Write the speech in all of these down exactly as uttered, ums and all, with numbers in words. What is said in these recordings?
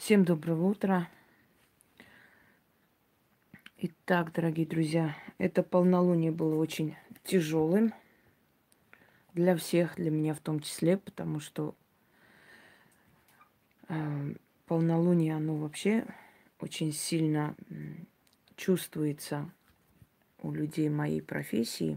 Всем доброго утра. Итак, дорогие друзья, это полнолуние было очень тяжелым для всех, для меня в том числе, потому что э, полнолуние, оно вообще очень сильно м, чувствуется у людей моей профессии.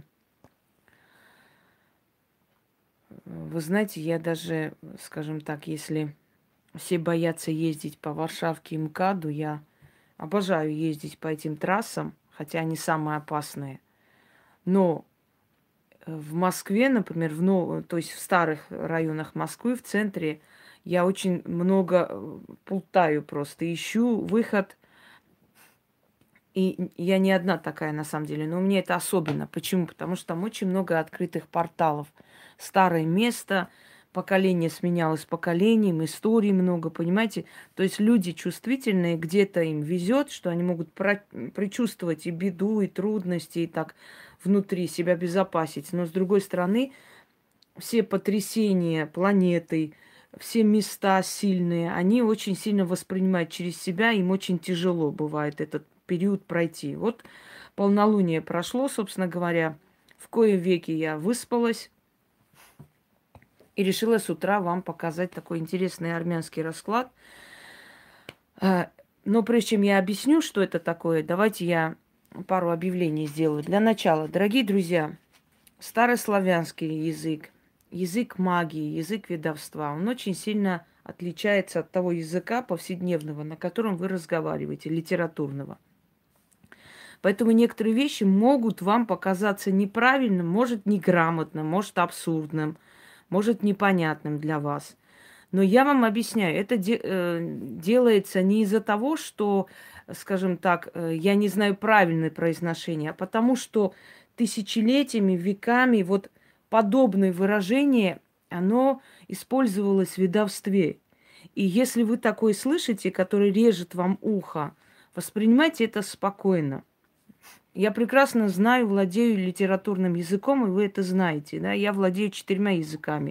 Вы знаете, я даже, скажем так, если все боятся ездить по Варшавке и МКАДу, я обожаю ездить по этим трассам, хотя они самые опасные. Но в Москве, например, в нов... то есть в старых районах Москвы, в центре, я очень много э, плутаю просто, ищу выход. И я не одна такая на самом деле, но мне это особенно. Почему? Потому что там очень много открытых порталов. Старое место, поколение сменялось поколением, историй много, понимаете? То есть люди чувствительные, где-то им везет, что они могут про- предчувствовать и беду, и трудности, и так внутри себя обезопасить. Но с другой стороны, все потрясения планеты, все места сильные, они очень сильно воспринимают через себя, им очень тяжело бывает этот период пройти. Вот полнолуние прошло, собственно говоря, в кои веки я выспалась и решила с утра вам показать такой интересный армянский расклад. А, Но прежде чем я объясню, что это такое, давайте я пару объявлений сделаю. Для начала, дорогие друзья, старославянский язык, язык магии, язык ведовства, он очень сильно отличается от того языка повседневного, на котором вы разговариваете, литературного. Поэтому некоторые вещи могут вам показаться неправильным, может, неграмотным, может, абсурдным, может, непонятным для вас. Но я вам объясняю, это де- э, делается не из-за того, что, скажем так, э, я не знаю правильное произношение, а потому что тысячелетиями, веками вот подобное выражение, оно использовалось в ведовстве. И если вы такое слышите, который режет вам ухо, воспринимайте это спокойно. Я прекрасно знаю, владею литературным языком, и вы это знаете, да, я владею четырьмя языками.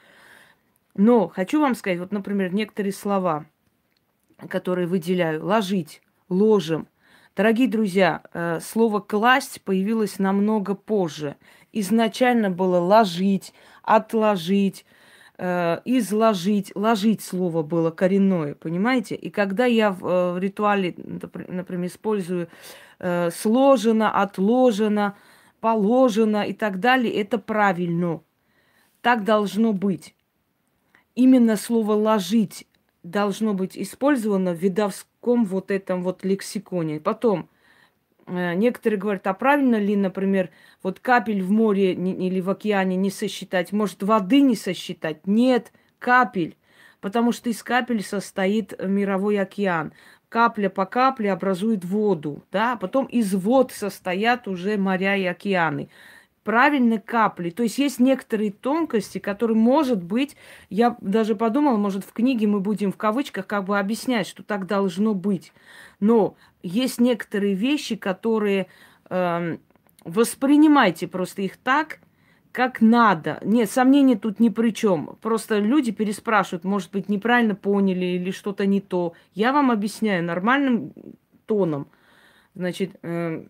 Но хочу вам сказать, вот, например, некоторые слова, которые выделяю. Ложить, ложим. Дорогие друзья, э, слово класть появилось намного позже. Изначально было ложить, отложить, э, изложить. Ложить слово было коренное, понимаете? И когда я в, э, в ритуале, напр- например, использую э, сложено, отложено, положено и так далее, это правильно. Так должно быть. Именно слово «ложить» должно быть использовано в видовском вот этом вот лексиконе. Потом, э, некоторые говорят, а правильно ли, например, вот капель в море не- или в океане не сосчитать? Может, воды не сосчитать? Нет, капель. Потому что из капель состоит мировой океан. Капля по капле образует воду, да, а потом из вод состоят уже моря и океаны правильно капли. То есть есть некоторые тонкости, которые, может быть, я даже подумала, может, в книге мы будем в кавычках как бы объяснять, что так должно быть. Но есть некоторые вещи, которые эм, воспринимайте просто их так, как надо. Нет, сомнений тут ни при чем. Просто люди переспрашивают, может быть, неправильно поняли или что-то не то. Я вам объясняю нормальным тоном. Значит, эм,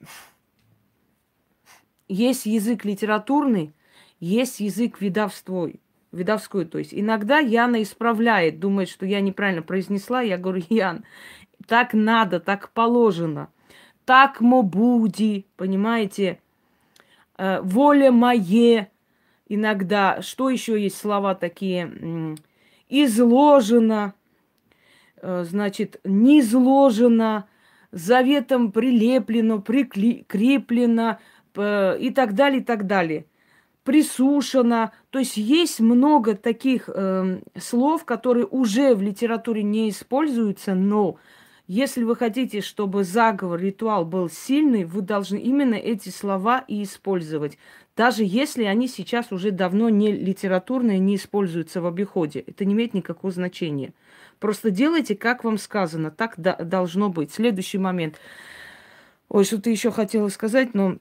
есть язык литературный, есть язык видовской. Видовской, то есть иногда Яна исправляет, думает, что я неправильно произнесла. Я говорю, Ян, так надо, так положено. Так мо буди, понимаете? Э, воля мое. Иногда, что еще есть слова такие? М, Изложено, э, значит, низложено, заветом прилеплено, прикреплено п- и так далее, и так далее. Присушено. То есть есть много таких эм, слов, которые уже в литературе не используются, но если вы хотите, чтобы заговор, ритуал был сильный, вы должны именно эти слова и использовать. Даже если они сейчас уже давно не литературные, не используются в обиходе. Это не имеет никакого значения. Просто делайте, как вам сказано. Так да- должно быть. Следующий момент. Ой, что-то еще хотела сказать, но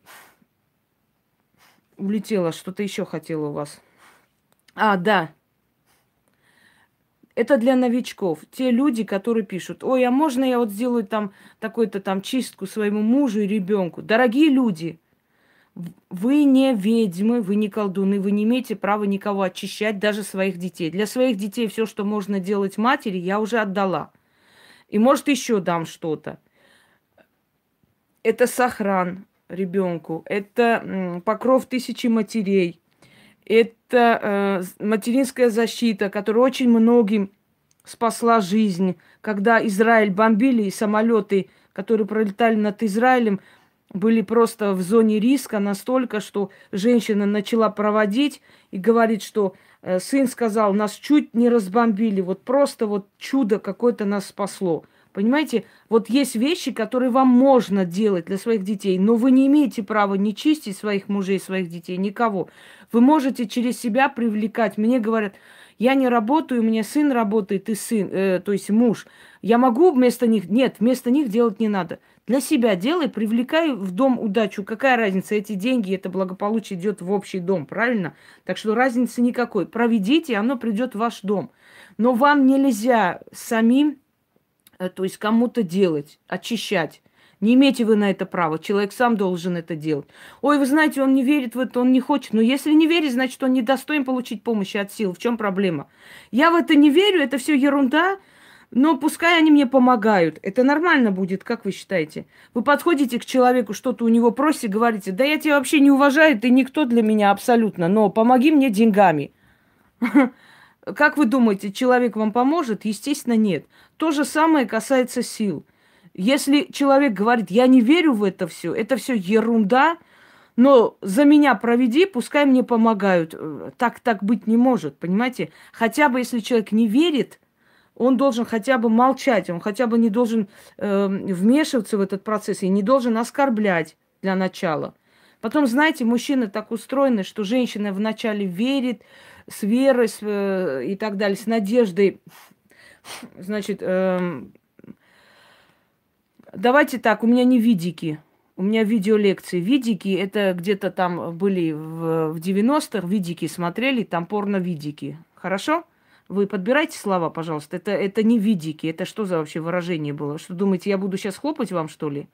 улетела. Что-то еще хотела у вас. А, да. Это для новичков. Те люди, которые пишут, ой, а можно я вот сделаю там такую-то там чистку своему мужу и ребенку? Дорогие люди, в- вы не ведьмы, вы не колдуны, вы не имеете права никого очищать, даже своих детей. Для своих детей все, что можно делать матери, я уже отдала. И может еще дам что-то. Это сохран ребенку, это м, покров тысячи матерей, это э, материнская защита, которая очень многим спасла жизнь. Когда Израиль бомбили, и самолеты, которые пролетали над Израилем, были просто в зоне риска настолько, что женщина начала проводить и говорит, что э, сын сказал, нас чуть не разбомбили, вот просто вот чудо какое-то нас спасло. Понимаете, вот есть вещи, которые вам можно делать для своих детей, но вы не имеете права не чистить своих мужей, своих детей, никого. Вы можете через себя привлекать. Мне говорят, я не работаю, у меня сын работает, и сын, э, то есть муж. Я могу вместо них? Нет, вместо них делать не надо. Для себя делай, привлекай в дом удачу. Какая разница? Эти деньги, это благополучие идет в общий дом, правильно? Так что разницы никакой. Проведите, оно придет в ваш дом. Но вам нельзя самим, э, то есть кому-то делать, очищать. Не имеете вы на это права. Человек сам должен это делать. Ой, вы знаете, он не верит в это, он не хочет. Но если не верит, значит, он не достоин получить помощи от сил. В чем проблема? Я в это не верю, это все ерунда. Но пускай они мне помогают. Это нормально будет, как вы считаете? Вы подходите к человеку, что-то у него просите, говорите, да я тебя вообще не уважаю, ты никто для меня абсолютно, но помоги мне деньгами. Как вы думаете, человек вам поможет? Естественно, нет. То же самое касается сил. Если человек говорит, я не верю в это все, это все ерунда, но за меня проведи, пускай мне помогают. Так, так быть не может, понимаете? Хотя бы если человек не верит, он должен хотя бы молчать, он хотя бы не должен э, вмешиваться в этот процесс и не должен оскорблять для начала. Потом, знаете, мужчины так устроены, что женщина вначале верит с верой с, э, и так далее, с надеждой. Значит, э, давайте так, у меня не видики, у меня видеолекции. Видики, это где-то там были в, в девяностых, видики смотрели, там порно-видики. Хорошо? Вы подбирайте слова, пожалуйста. Это, это не видики. Это что за вообще выражение было? Что думаете, я буду сейчас хлопать вам, что ли?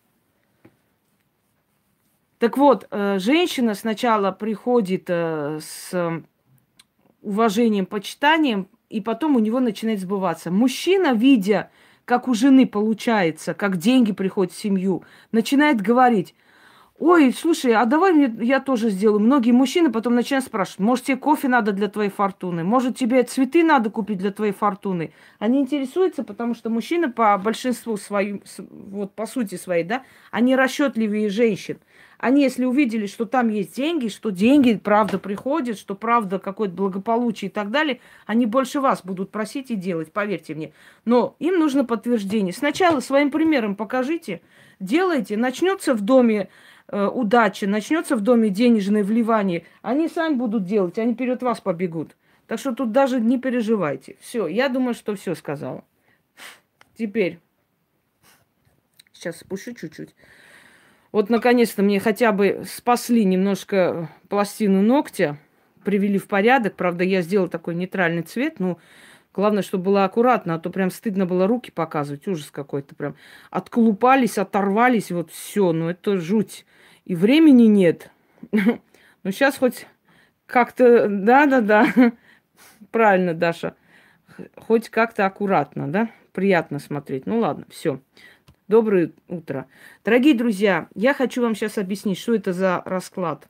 Так вот, э, женщина сначала приходит э, с уважением, почитанием, и потом у него начинает сбываться. Мужчина, видя, как у жены получается, как деньги приходят в семью, начинает говорить: ой, слушай, а давай мне, я тоже сделаю. Многие мужчины потом начинают спрашивать, может, тебе кофе надо для твоей фортуны? Может, тебе цветы надо купить для твоей фортуны? Они интересуются, потому что мужчины по большинству своим, вот по сути своей, да, они расчетливее женщин. Они, если увидели, что там есть деньги, что деньги правда приходят, что правда какое-то благополучие и так далее, они больше вас будут просить и делать, поверьте мне. Но им нужно подтверждение. Сначала своим примером покажите, делайте, начнется в доме э, удача, начнется в доме денежное вливание, они сами будут делать, они вперед вас побегут. Так что тут даже не переживайте. Все, я думаю, что все сказала. Теперь, сейчас спущу чуть-чуть. Вот, наконец-то, мне хотя бы спасли немножко пластину ногтя, привели в порядок. Правда, я сделала такой нейтральный цвет, но главное, чтобы было аккуратно, а то прям стыдно было руки показывать. Ужас какой-то прям. Отколупались, оторвались, вот все. Ну, это жуть. И времени нет. Ну, сейчас хоть как-то... Да-да-да. Правильно, Даша. Хоть как-то аккуратно, да? Приятно смотреть. Ну, ладно, все. Доброе утро. Дорогие друзья, я хочу вам сейчас объяснить, что это за расклад.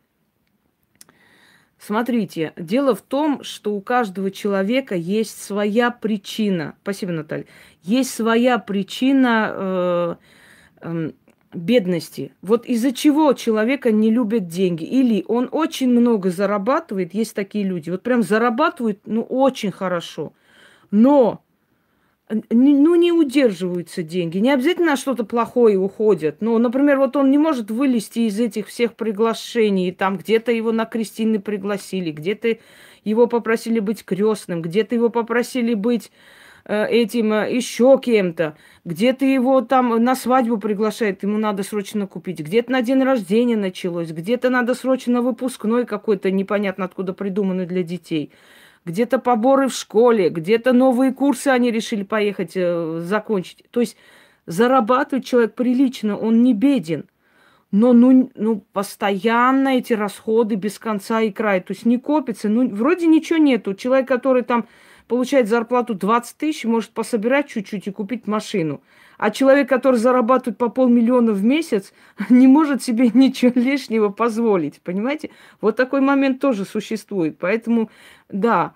Смотрите, дело в том, что у каждого человека есть своя причина. Спасибо, Наталья. Есть своя причина э, э, бедности. Вот из-за чего человека не любят деньги. Или он очень много зарабатывает, есть такие люди, вот прям зарабатывают, ну, очень хорошо. Но... ну, не удерживаются деньги. Не обязательно на что-то плохое уходят. Ну, например, вот он не может вылезти из этих всех приглашений. Там где-то его на крестины пригласили, где-то его попросили быть крестным, где-то его попросили быть э, этим э, еще кем-то, где-то его там на свадьбу приглашают, ему надо срочно купить, где-то на день рождения началось, где-то надо срочно выпускной какой-то непонятно откуда придуманный для детей. где-то поборы в школе, где-то новые курсы они решили поехать э, закончить. То есть зарабатывает человек прилично, он не беден. Но ну, ну, постоянно эти расходы без конца и края. То есть не копится. Ну, вроде ничего нету. Человек, который там получает зарплату двадцать тысяч, может пособирать чуть-чуть и купить машину. А человек, который зарабатывает по полмиллиона в месяц, не может себе ничего лишнего позволить. Понимаете? Вот такой момент тоже существует. Поэтому, да.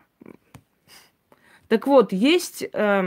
Так вот, есть э,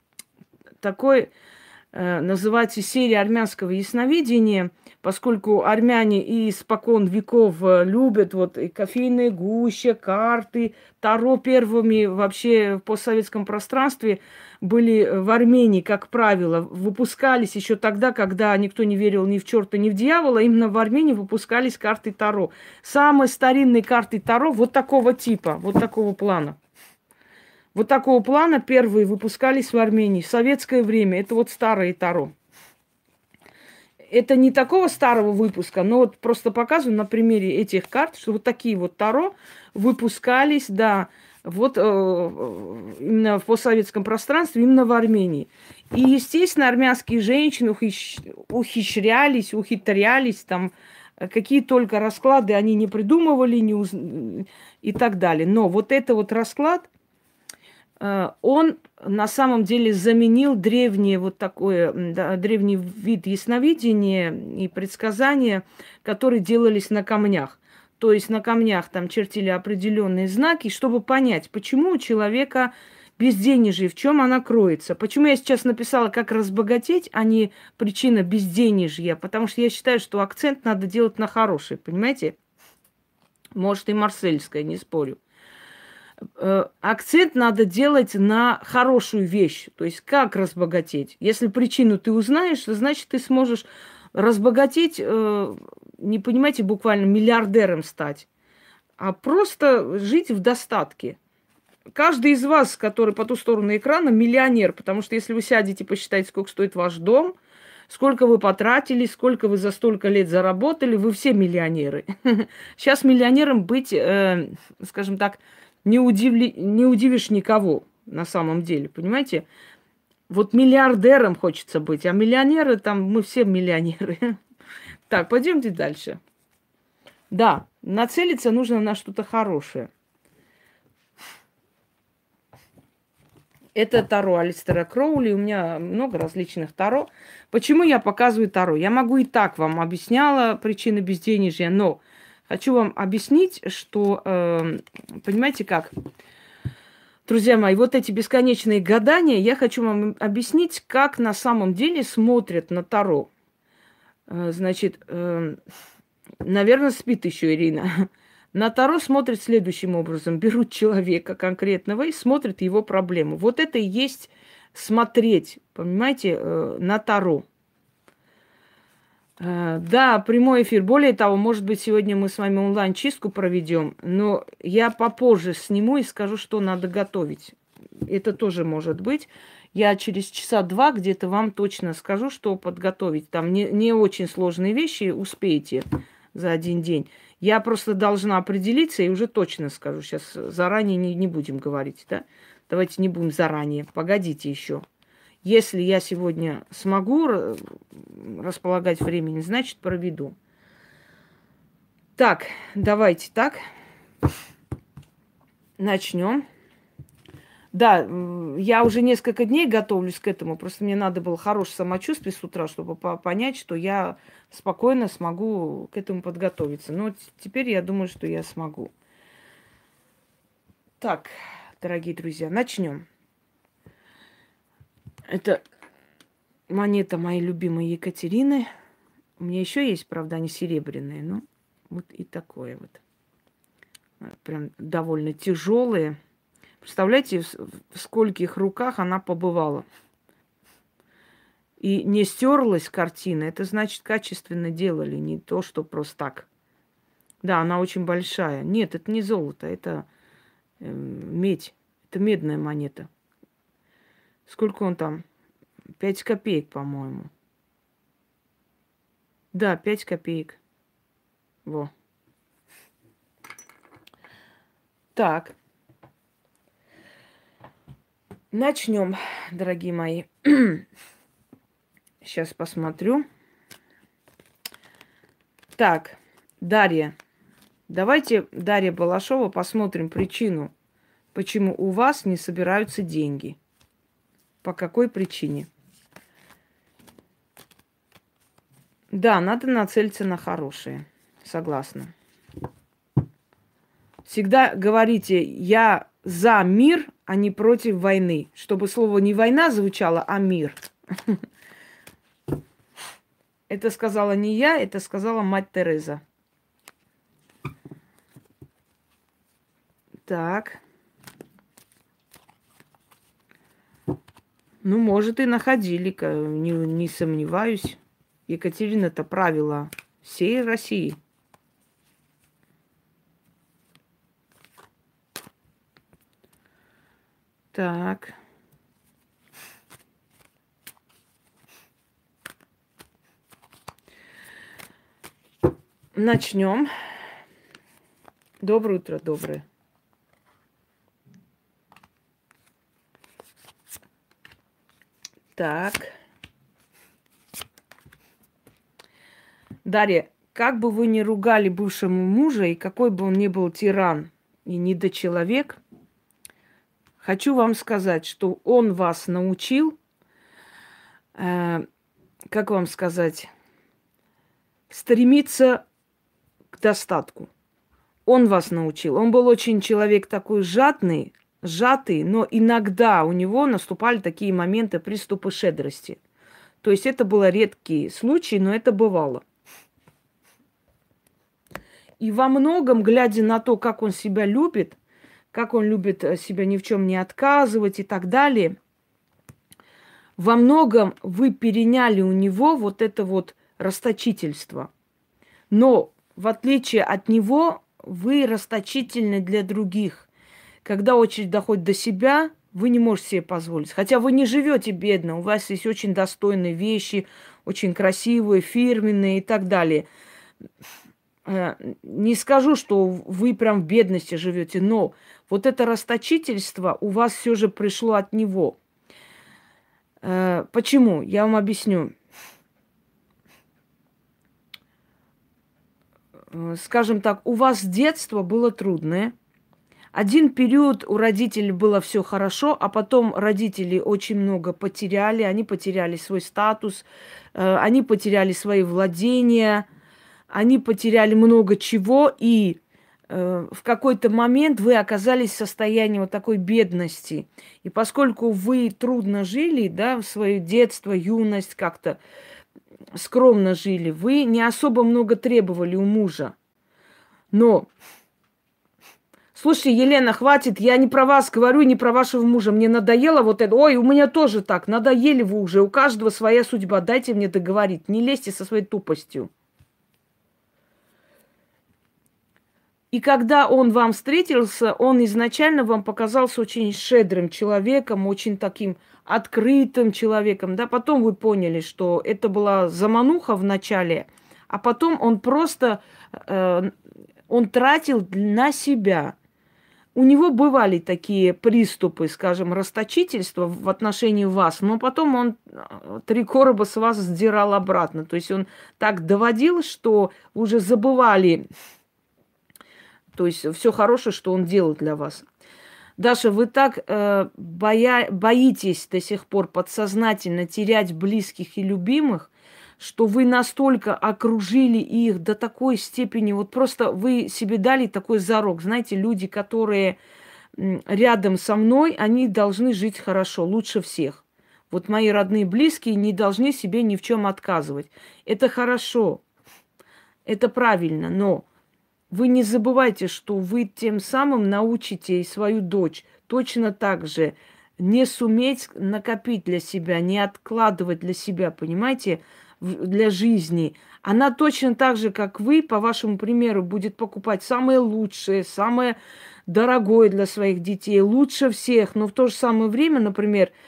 такой, э, называется, серия армянского ясновидения, поскольку армяне и испокон веков э, любят вот и кофейные гущи, карты, таро первыми вообще в постсоветском пространстве были в Армении, как правило, выпускались еще тогда, когда никто не верил ни в черта, ни в дьявола, именно в Армении выпускались карты таро. Самые старинные карты таро вот такого типа, вот такого плана. Вот такого плана первые выпускались в Армении в советское время. Это вот старые таро. Это не такого старого выпуска, но вот просто показываю на примере этих карт, что вот такие вот таро выпускались, да, вот э, именно в постсоветском пространстве, именно в Армении. И, естественно, армянские женщины ухищ... ухищрялись, ухитрялись, там, какие только расклады они не придумывали не уз... и так далее. Но вот это вот расклад, он на самом деле заменил древнее вот такое, да, древний вид ясновидения и предсказания, которые делались на камнях. То есть на камнях там чертили определенные знаки, чтобы понять, почему у человека безденежье, в чем она кроется. Почему я сейчас написала, как разбогатеть, а не причина безденежья. Потому что я считаю, что акцент надо делать на хороший, понимаете? Может, и марсельское, не спорю. Акцент надо делать на хорошую вещь. То есть как разбогатеть. Если причину ты узнаешь, значит, ты сможешь разбогатеть, не понимаете, буквально миллиардером стать, а просто жить в достатке. Каждый из вас, который по ту сторону экрана, миллионер. Потому что если вы сядете и посчитаете, сколько стоит ваш дом, сколько вы потратили, сколько вы за столько лет заработали, вы все миллионеры. Сейчас миллионером быть, скажем так, Не, удивли, не удивишь никого на самом деле, понимаете? Вот миллиардером хочется быть, а миллионеры там, мы все миллионеры. Так, пойдемте дальше. Да, нацелиться нужно на что-то хорошее. Это таро Алистера Кроули. У меня много различных таро. Почему я показываю таро? Я могу и так вам объясняла причины безденежья, но хочу вам объяснить, что, э, понимаете как, друзья мои, вот эти бесконечные гадания, я хочу вам объяснить, как на самом деле смотрят на таро. Э, значит, э, наверное, спит еще Ирина. На таро смотрят следующим образом. Берут человека конкретного и смотрят его проблему. Вот это и есть смотреть, понимаете, э, на таро. Да, прямой эфир. Более того, может быть, сегодня мы с вами онлайн-чистку проведем, но я попозже сниму и скажу, что надо готовить. Это тоже может быть. Я через часа два где-то вам точно скажу, что подготовить. Там не, не очень сложные вещи, успеете за один день. Я просто должна определиться и уже точно скажу. Сейчас заранее не, не будем говорить, да? Давайте не будем заранее. Погодите еще. Если я сегодня смогу располагать времени, значит, проведу. Так, давайте так. Начнем. Да, я уже несколько дней готовлюсь к этому. Просто мне надо было хорошее самочувствие с утра, чтобы понять, что я спокойно смогу к этому подготовиться. Но теперь я думаю, что я смогу. Так, дорогие друзья, начнем. Это монета моей любимой Екатерины. У меня еще есть, правда, они серебряные, но вот и такое вот. Прям довольно тяжелые. Представляете, в скольких руках она побывала. И не стерлась картина. Это значит, качественно делали, не то, что просто так. Да, она очень большая. Нет, это не золото, это э, медь. Это медная монета. Сколько он там? Пять копеек, по-моему. Да, пять копеек. Во. Так. Начнем, дорогие мои. Сейчас посмотрю. Так, Дарья. Давайте, Дарья Балашова, посмотрим причину, почему у вас не собираются деньги. По какой причине? Да, надо нацелиться на хорошее. Согласна. Всегда говорите, я за мир, а не против войны. Чтобы слово не война звучало, а мир. Это сказала не я, это сказала мать Тереза. Так. Ну, может, и находили, не, не сомневаюсь. Екатерина-то правила всей России. Так. Начнем. Доброе утро, доброе. Так. Дарья, как бы вы ни ругали бывшего мужа, и какой бы он ни был тиран и недочеловек, хочу вам сказать, что он вас научил, э, как вам сказать, стремиться к достатку. Он вас научил. Он был очень человек такой жадный, сжатый, но иногда у него наступали такие моменты, приступы щедрости. То есть это было редкий случай, но это бывало. И во многом, глядя на то, как он себя любит, как он любит себя ни в чем не отказывать и так далее, во многом вы переняли у него вот это вот расточительство. Но в отличие от него, вы расточительны для других. Когда очередь доходит до себя, вы не можете себе позволить. Хотя вы не живете бедно, у вас есть очень достойные вещи, очень красивые, фирменные и так далее. Не скажу, что вы прям в бедности живете, но вот это расточительство у вас все же пришло от него. Почему? Я вам объясню. Скажем так, у вас детство было трудное. Один период у родителей было все хорошо, а потом родители очень много потеряли. Они потеряли свой статус, они потеряли свои владения, они потеряли много чего, и э, в какой-то момент вы оказались в состоянии вот такой бедности. И поскольку вы трудно жили, да, в свое детство, юность как-то скромно жили, вы не особо много требовали у мужа. Но, слушайте, Елена, хватит, я не про вас говорю, не про вашего мужа. Мне надоело вот это. Ой, у меня тоже так, надоели вы уже, у каждого своя судьба, дайте мне договорить, не лезьте со своей тупостью. И когда он вам встретился, он изначально вам показался очень щедрым человеком, очень таким открытым человеком. Да? Потом вы поняли, что это была замануха в начале, а потом он просто, э, он тратил на себя. У него бывали такие приступы, скажем, расточительства в отношении вас, но потом он три короба с вас сдирал обратно. То есть он так доводил, что уже забывали... То есть все хорошее, что он делал для вас. Даша, вы так э, боя... боитесь до сих пор подсознательно терять близких и любимых, что вы настолько окружили их до такой степени, вот просто вы себе дали такой зарок. Знаете, люди, которые рядом со мной, они должны жить хорошо, лучше всех. Вот мои родные близкие не должны себе ни в чем отказывать. Это хорошо, это правильно, но... Вы не забывайте, что вы тем самым научите и свою дочь точно так же не суметь накопить для себя, не откладывать для себя, понимаете, для жизни. Она точно так же, как вы, по вашему примеру, будет покупать самое лучшее, самое дорогое для своих детей, лучше всех. Но в то же самое время, например,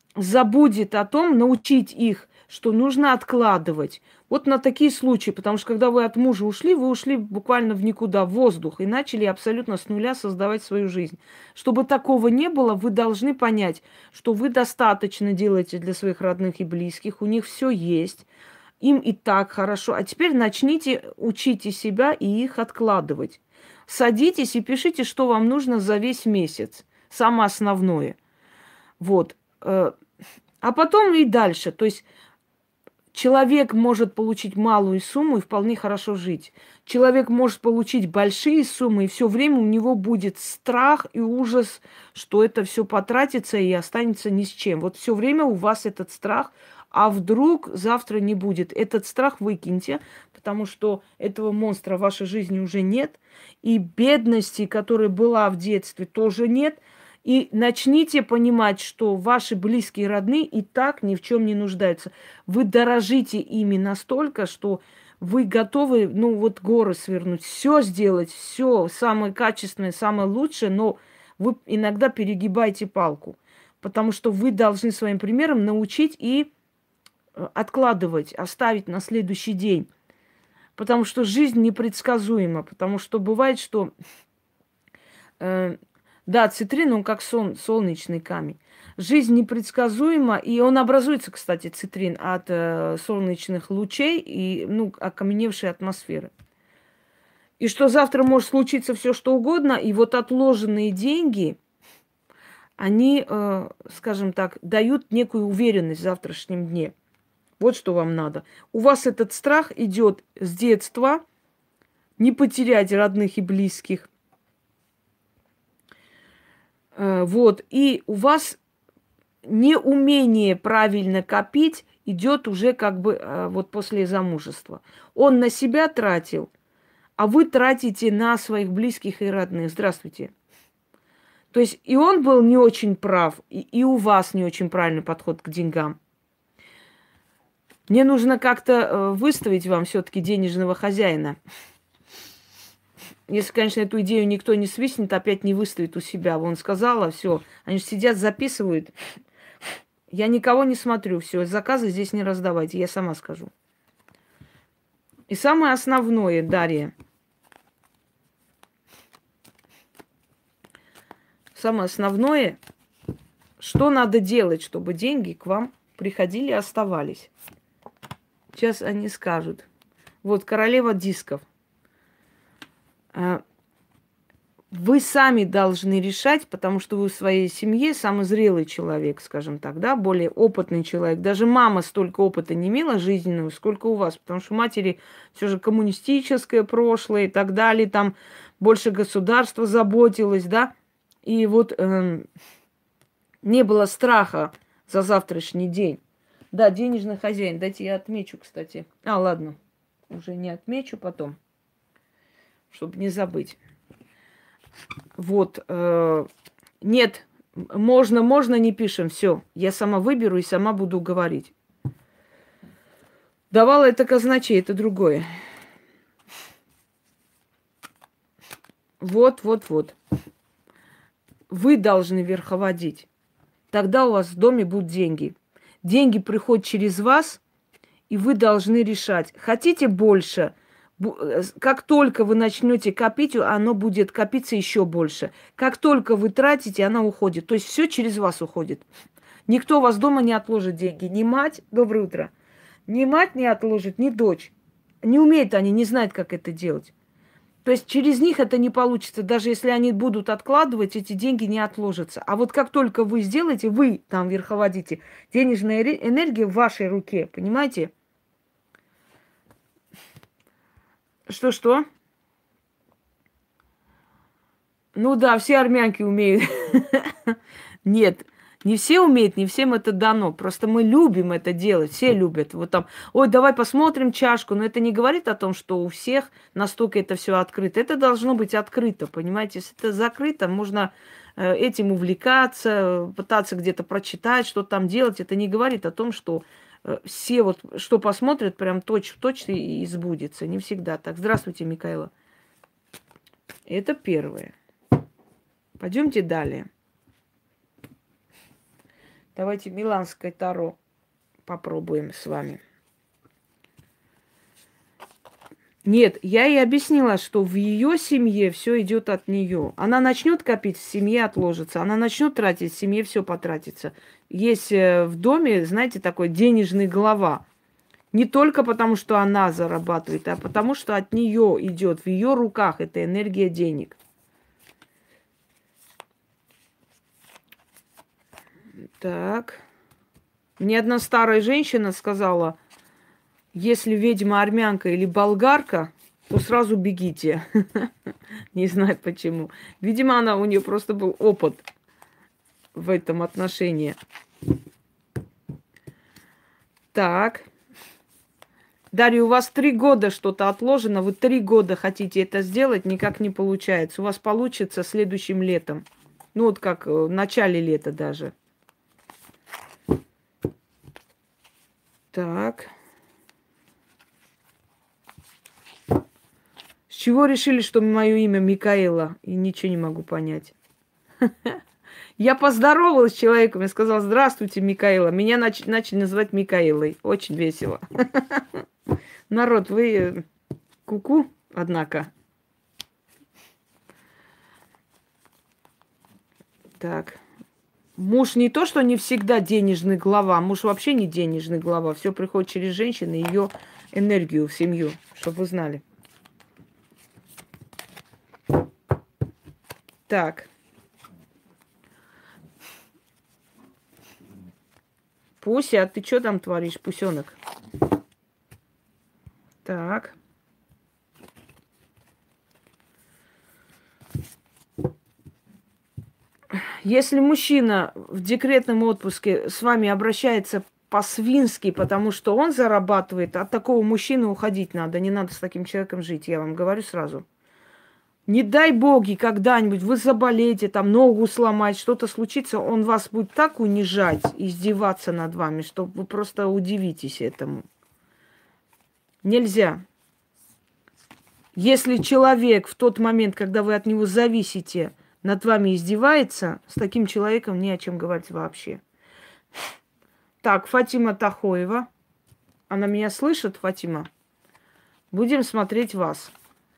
забудет о том, научить их, что нужно откладывать. Вот на такие случаи, потому что когда вы от мужа ушли, вы ушли буквально в никуда, в воздух, и начали абсолютно с нуля создавать свою жизнь. Чтобы такого не было, вы должны понять, что вы достаточно делаете для своих родных и близких, у них все есть, им и так хорошо. А теперь начните учите себя и их откладывать. Садитесь и пишите, что вам нужно за весь месяц. Самое основное. Вот. Э, А потом и дальше. То есть человек может получить малую сумму и вполне хорошо жить. Человек может получить большие суммы, и все время у него будет страх и ужас, что это все потратится и останется ни с чем. Вот все время у вас этот страх, а вдруг завтра не будет. Этот страх выкиньте, потому что этого монстра в вашей жизни уже нет. И бедности, которая была в детстве, тоже нет. И начните понимать, что ваши близкие родные и так ни в чем не нуждаются. Вы дорожите ими настолько, что вы готовы, ну вот горы свернуть, все сделать, все самое качественное, самое лучшее, но вы иногда перегибаете палку, потому что вы должны своим примером научить и э, откладывать, оставить на следующий день. Потому что жизнь непредсказуема, потому что бывает, что э, да, цитрин, он как сон, солнечный камень. Жизнь непредсказуема, и он образуется, кстати, цитрин, от э, солнечных лучей и, ну, окаменевшей атмосферы. И что завтра может случиться все что угодно, и вот отложенные деньги, они, э, скажем так, дают некую уверенность в завтрашнем дне. Вот что вам надо. У вас этот страх идет с детства, не потерять родных и близких. Вот, и у вас неумение правильно копить идет уже как бы вот после замужества. Он на себя тратил, а вы тратите на своих близких и родных. Здравствуйте. То есть и он был не очень прав, и, и у вас не очень правильный подход к деньгам. Мне нужно как-то выставить вам все-таки денежного хозяина. Если, конечно, эту идею никто не свистнет, опять не выставит у себя. Вон сказала, все. Они же сидят, записывают. Я никого не смотрю, все. Заказы здесь не раздавайте, я сама скажу. И самое основное, Дарья. Самое основное, что надо делать, чтобы деньги к вам приходили и оставались. Сейчас они скажут. Вот королева дисков. Вы сами должны решать, потому что вы в своей семье самый зрелый человек, скажем так, да, более опытный человек. Даже мама столько опыта не имела жизненного, сколько у вас, потому что у матери все же коммунистическое прошлое и так далее, там больше государство заботилось, да, и вот э, не было страха за завтрашний день. Да, денежный хозяин, дайте я отмечу, кстати. А, ладно, уже не отмечу потом, чтобы не забыть. Вот. Э, нет, можно, можно, не пишем. Все. Я сама выберу и сама буду говорить. Давала это казначей, это другое. Вот, вот, вот. Вы должны верховодить. Тогда у вас в доме будут деньги. Деньги приходят через вас, и вы должны решать. Хотите больше? Как только вы начнете копить, оно будет копиться еще больше. Как только вы тратите, она уходит. То есть все через вас уходит. Никто у вас дома не отложит деньги. Ни мать, доброе утро, ни мать не отложит, ни дочь. Не умеют они, не знают, как это делать. То есть через них это не получится. Даже если они будут откладывать, эти деньги не отложатся. А вот как только вы сделаете, вы там верховодите, денежная энергия в вашей руке, понимаете? Что-что? Ну да, все армянки умеют. Нет, не все умеют, не всем это дано. Просто мы любим это делать, все любят. Вот там, ой, давай посмотрим чашку. Но это не говорит о том, что у всех настолько это все открыто. Это должно быть открыто, понимаете? Если это закрыто, можно э, этим увлекаться, пытаться где-то прочитать, что там делать. Это не говорит о том, что э, все вот, что посмотрят, прям точь-в-точь и сбудется. Не всегда так. Здравствуйте, Микаэла. Это первое. Пойдемте далее. Давайте Миланское Таро попробуем с вами. Нет, я ей объяснила, что в ее семье все идет от нее. Она начнет копить, в семье отложится. Она начнет тратить, в семье все потратится. Есть э, в доме, знаете, такой денежный глава. Не только потому, что она зарабатывает, а потому, что от нее идет, в ее руках эта энергия денег. Так. Мне одна старая женщина сказала: если ведьма армянка или болгарка, то сразу бегите. Не знаю почему. Видимо, она, у нее просто был опыт в этом отношении. Так. Дарья, у вас три года что-то отложено, вы три года хотите это сделать, никак не получается. У вас получится следующим летом. Ну вот как в начале лета даже. Так. С чего решили, что мое имя Микаэла? И ничего не могу понять. Я поздоровалась с человеком и сказала: здравствуйте, Микаэла. Меня нач- начали называть Микаэлой. Очень весело. Народ, вы ку-ку, однако. Так. Муж не то, что не всегда денежный глава. Муж вообще не денежный глава. Все приходит через женщину и ее энергию в семью, чтобы вы знали. Так. Пуся, а ты что там творишь, пусенок? Так. Если мужчина в декретном отпуске с вами обращается по-свински, потому что он зарабатывает, от такого мужчины уходить надо. Не надо с таким человеком жить, я вам говорю сразу. Не дай боги, когда-нибудь вы заболеете, там ногу сломать, что-то случится, он вас будет так унижать, издеваться над вами, что вы просто удивитесь этому. Нельзя. Если человек в тот момент, когда вы от него зависите, над вами издевается, с таким человеком не о чем говорить вообще. Так, Фатима Тахоева. Она меня слышит, Фатима? Будем смотреть вас.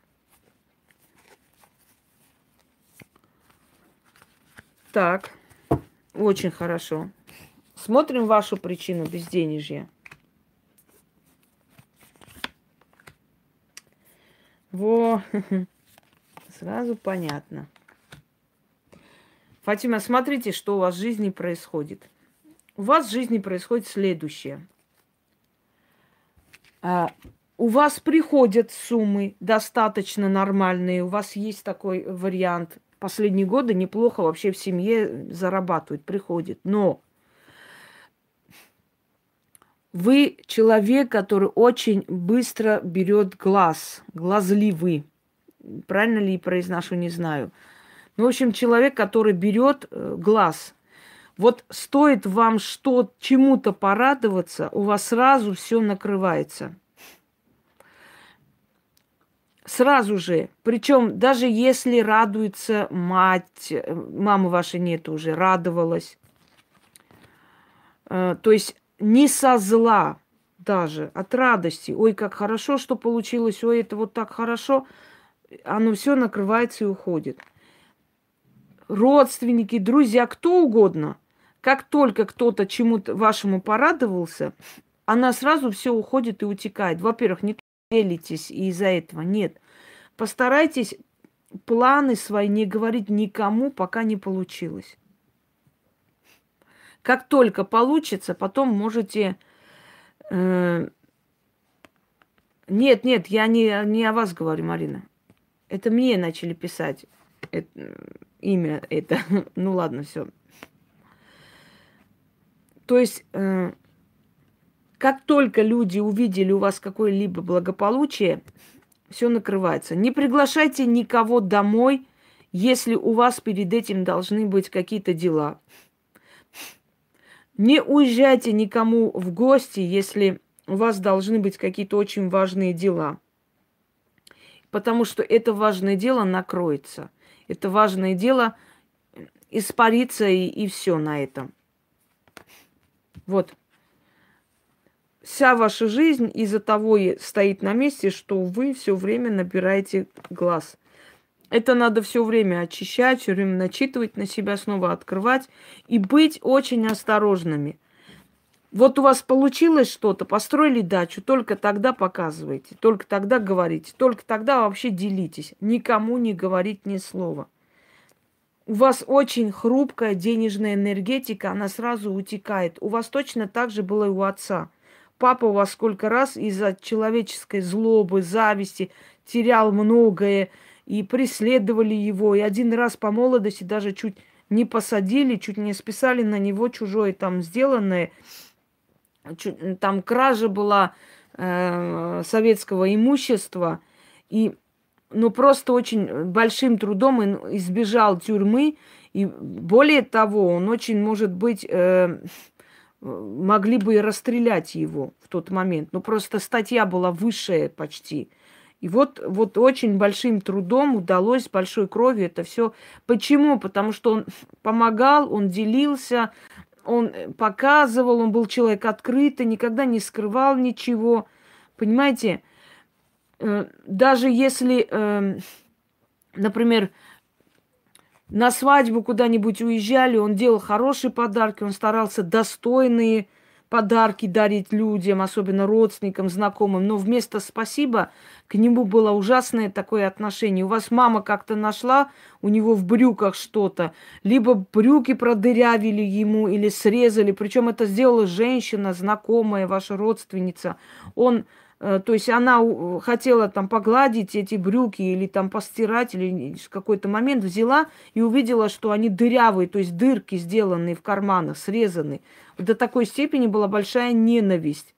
Так, очень хорошо. Смотрим вашу причину безденежья. Во, сразу понятно. Фатима, смотрите, что у вас в жизни происходит. У вас в жизни происходит следующее. А, у вас приходят суммы достаточно нормальные. У вас есть такой вариант. Последние годы неплохо вообще в семье зарабатывают, приходит. Но вы человек, который очень быстро берет глаз, глазливый. Правильно ли произношу, не знаю. Ну, в общем, человек, который берет глаз. Вот стоит вам что, чему-то порадоваться, у вас сразу все накрывается. Сразу же. Причем даже если радуется мать, мамы вашей нет уже, радовалась. То есть не со зла даже, от радости. Ой, как хорошо, что получилось, ой, это вот так хорошо. Оно все накрывается и уходит. Родственники, друзья, кто угодно. Как только кто-то чему-то вашему порадовался, она сразу все уходит и утекает. Во-первых, не делитесь из-за этого. Нет. Постарайтесь планы свои не говорить никому, пока не получилось. Как только получится, потом можете... Э, нет, нет, я не, не о вас говорю, Марина. Это мне начали писать это, имя это. Ну ладно, все. То есть... Э, как только люди увидели у вас какое-либо благополучие, все накрывается. Не приглашайте никого домой, если у вас перед этим должны быть какие-то дела. Не уезжайте никому в гости, если у вас должны быть какие-то очень важные дела. Потому что это важное дело накроется. Это важное дело испарится, и, и все на этом. Вот. Вся ваша жизнь из-за того и стоит на месте, что вы все время набираете глаз. Это надо все время очищать, все время начитывать на себя, снова открывать и быть очень осторожными. Вот у вас получилось что-то, построили дачу, только тогда показывайте, только тогда говорите, только тогда вообще делитесь. Никому не говорить ни слова. У вас очень хрупкая денежная энергетика, она сразу утекает. У вас точно так же было и у отца. Папа у вас сколько раз из-за человеческой злобы, зависти терял многое, и преследовали его, и один раз по молодости даже чуть не посадили, чуть не списали на него чужое там сделанное. Чуть, там кража была э, советского имущества, и ну, просто очень большим трудом избежал тюрьмы, и более того, он очень, может быть, э, могли бы и расстрелять его в тот момент. Ну, просто статья была высшая почти. И вот, вот очень большим трудом удалось, большой кровью это все. Почему? Потому что он помогал, он делился, он показывал, он был человек открытый, никогда не скрывал ничего. Понимаете? Даже если, например, на свадьбу куда-нибудь уезжали, он делал хорошие подарки, он старался достойные подарки дарить людям, особенно родственникам, знакомым. Но вместо «спасибо» к нему было ужасное такое отношение. У вас мама как-то нашла у него в брюках что-то, либо брюки продырявили ему или срезали. Причем это сделала женщина, знакомая, ваша родственница. Он... То есть она хотела там погладить эти брюки или там постирать, или в какой-то момент взяла и увидела, что они дырявые, то есть дырки сделанные в карманах, срезаны. До такой степени была большая ненависть.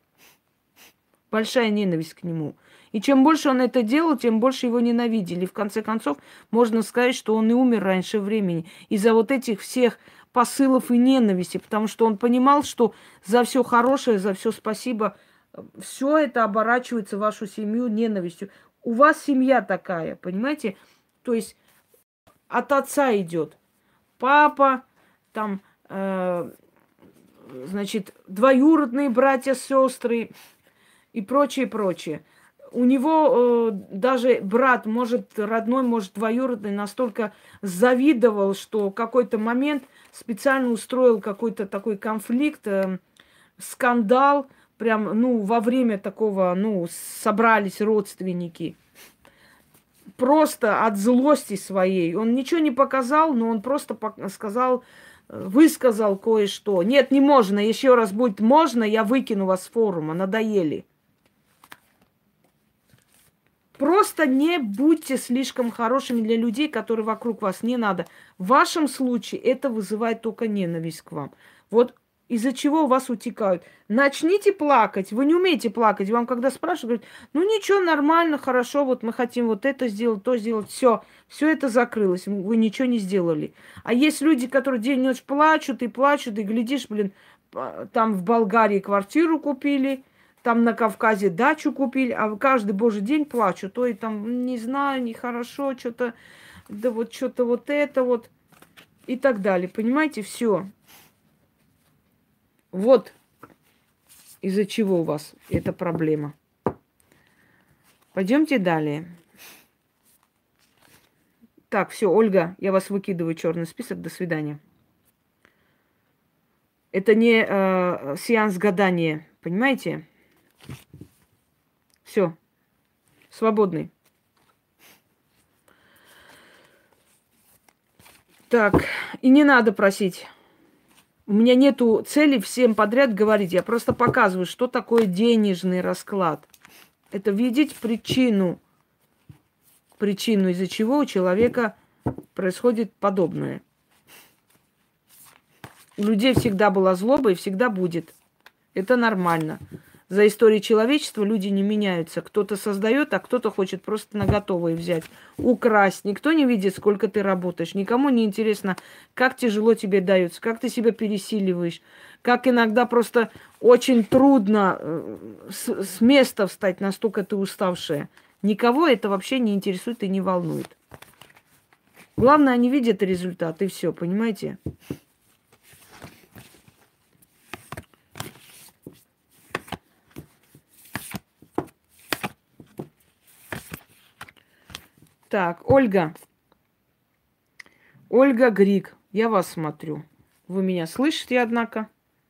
Большая ненависть к нему. И чем больше он это делал, тем больше его ненавидели. В конце концов, можно сказать, что он и умер раньше времени. Из-за вот этих всех посылов и ненависти. Потому что он понимал, что за все хорошее, за все спасибо – все это оборачивается в вашу семью ненавистью. У вас семья такая, понимаете? То есть от отца идет папа, там, э, значит, двоюродные братья, сестры и прочее, прочее. У него э, даже брат, может, родной, может, двоюродный, настолько завидовал, что в какой-то момент специально устроил какой-то такой конфликт, э, скандал. Прям, ну, во время такого, ну, собрались родственники. Просто от злости своей. Он ничего не показал, но он просто сказал, высказал кое-что. Нет, не можно. Еще раз будет можно, я выкину вас с форума. Надоели. Просто не будьте слишком хорошими для людей, которые вокруг вас. Не надо. В вашем случае это вызывает только ненависть к вам. Вот из-за чего у вас утекают. Начните плакать. Вы не умеете плакать. Вам когда спрашивают, говорят, ну ничего, нормально, хорошо, вот мы хотим вот это сделать, то сделать. Все, все это закрылось. Вы ничего не сделали. А есть люди, которые день и ночь плачут и плачут, и глядишь, блин, там в Болгарии квартиру купили, там на Кавказе дачу купили, а каждый божий день плачут. Ой, там, не знаю, нехорошо, что-то, да вот что-то вот это вот и так далее. Понимаете, все. Вот из-за чего у вас эта проблема. Пойдемте далее. Так, все, Ольга, я вас выкидываю в черный список. До свидания. Это не э, сеанс гадания, понимаете? Все, свободный. Так, и не надо просить. У меня нету цели всем подряд говорить. Я просто показываю, что такое денежный расклад. Это видеть причину, причину, из-за чего у человека происходит подобное. У людей всегда была злоба и всегда будет. Это нормально. За историей человечества люди не меняются. Кто-то создает, а кто-то хочет просто на готовое взять, украсть. Никто не видит, сколько ты работаешь. Никому не интересно, как тяжело тебе дается, как ты себя пересиливаешь, как иногда просто очень трудно с, с места встать, настолько ты уставшая. Никого это вообще не интересует и не волнует. Главное, они видят результат, и все, понимаете? Так, Ольга. Ольга Григ, я вас смотрю. Вы меня слышите, однако?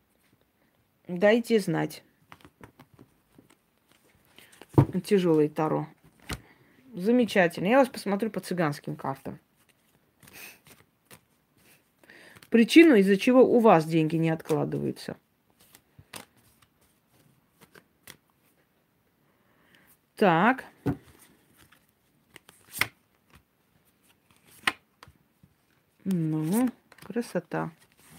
Дайте знать. Тяжелый Таро. Замечательно. Я вас посмотрю по цыганским картам. Причину, из-за чего у вас деньги не откладываются. Так. Ну, красота.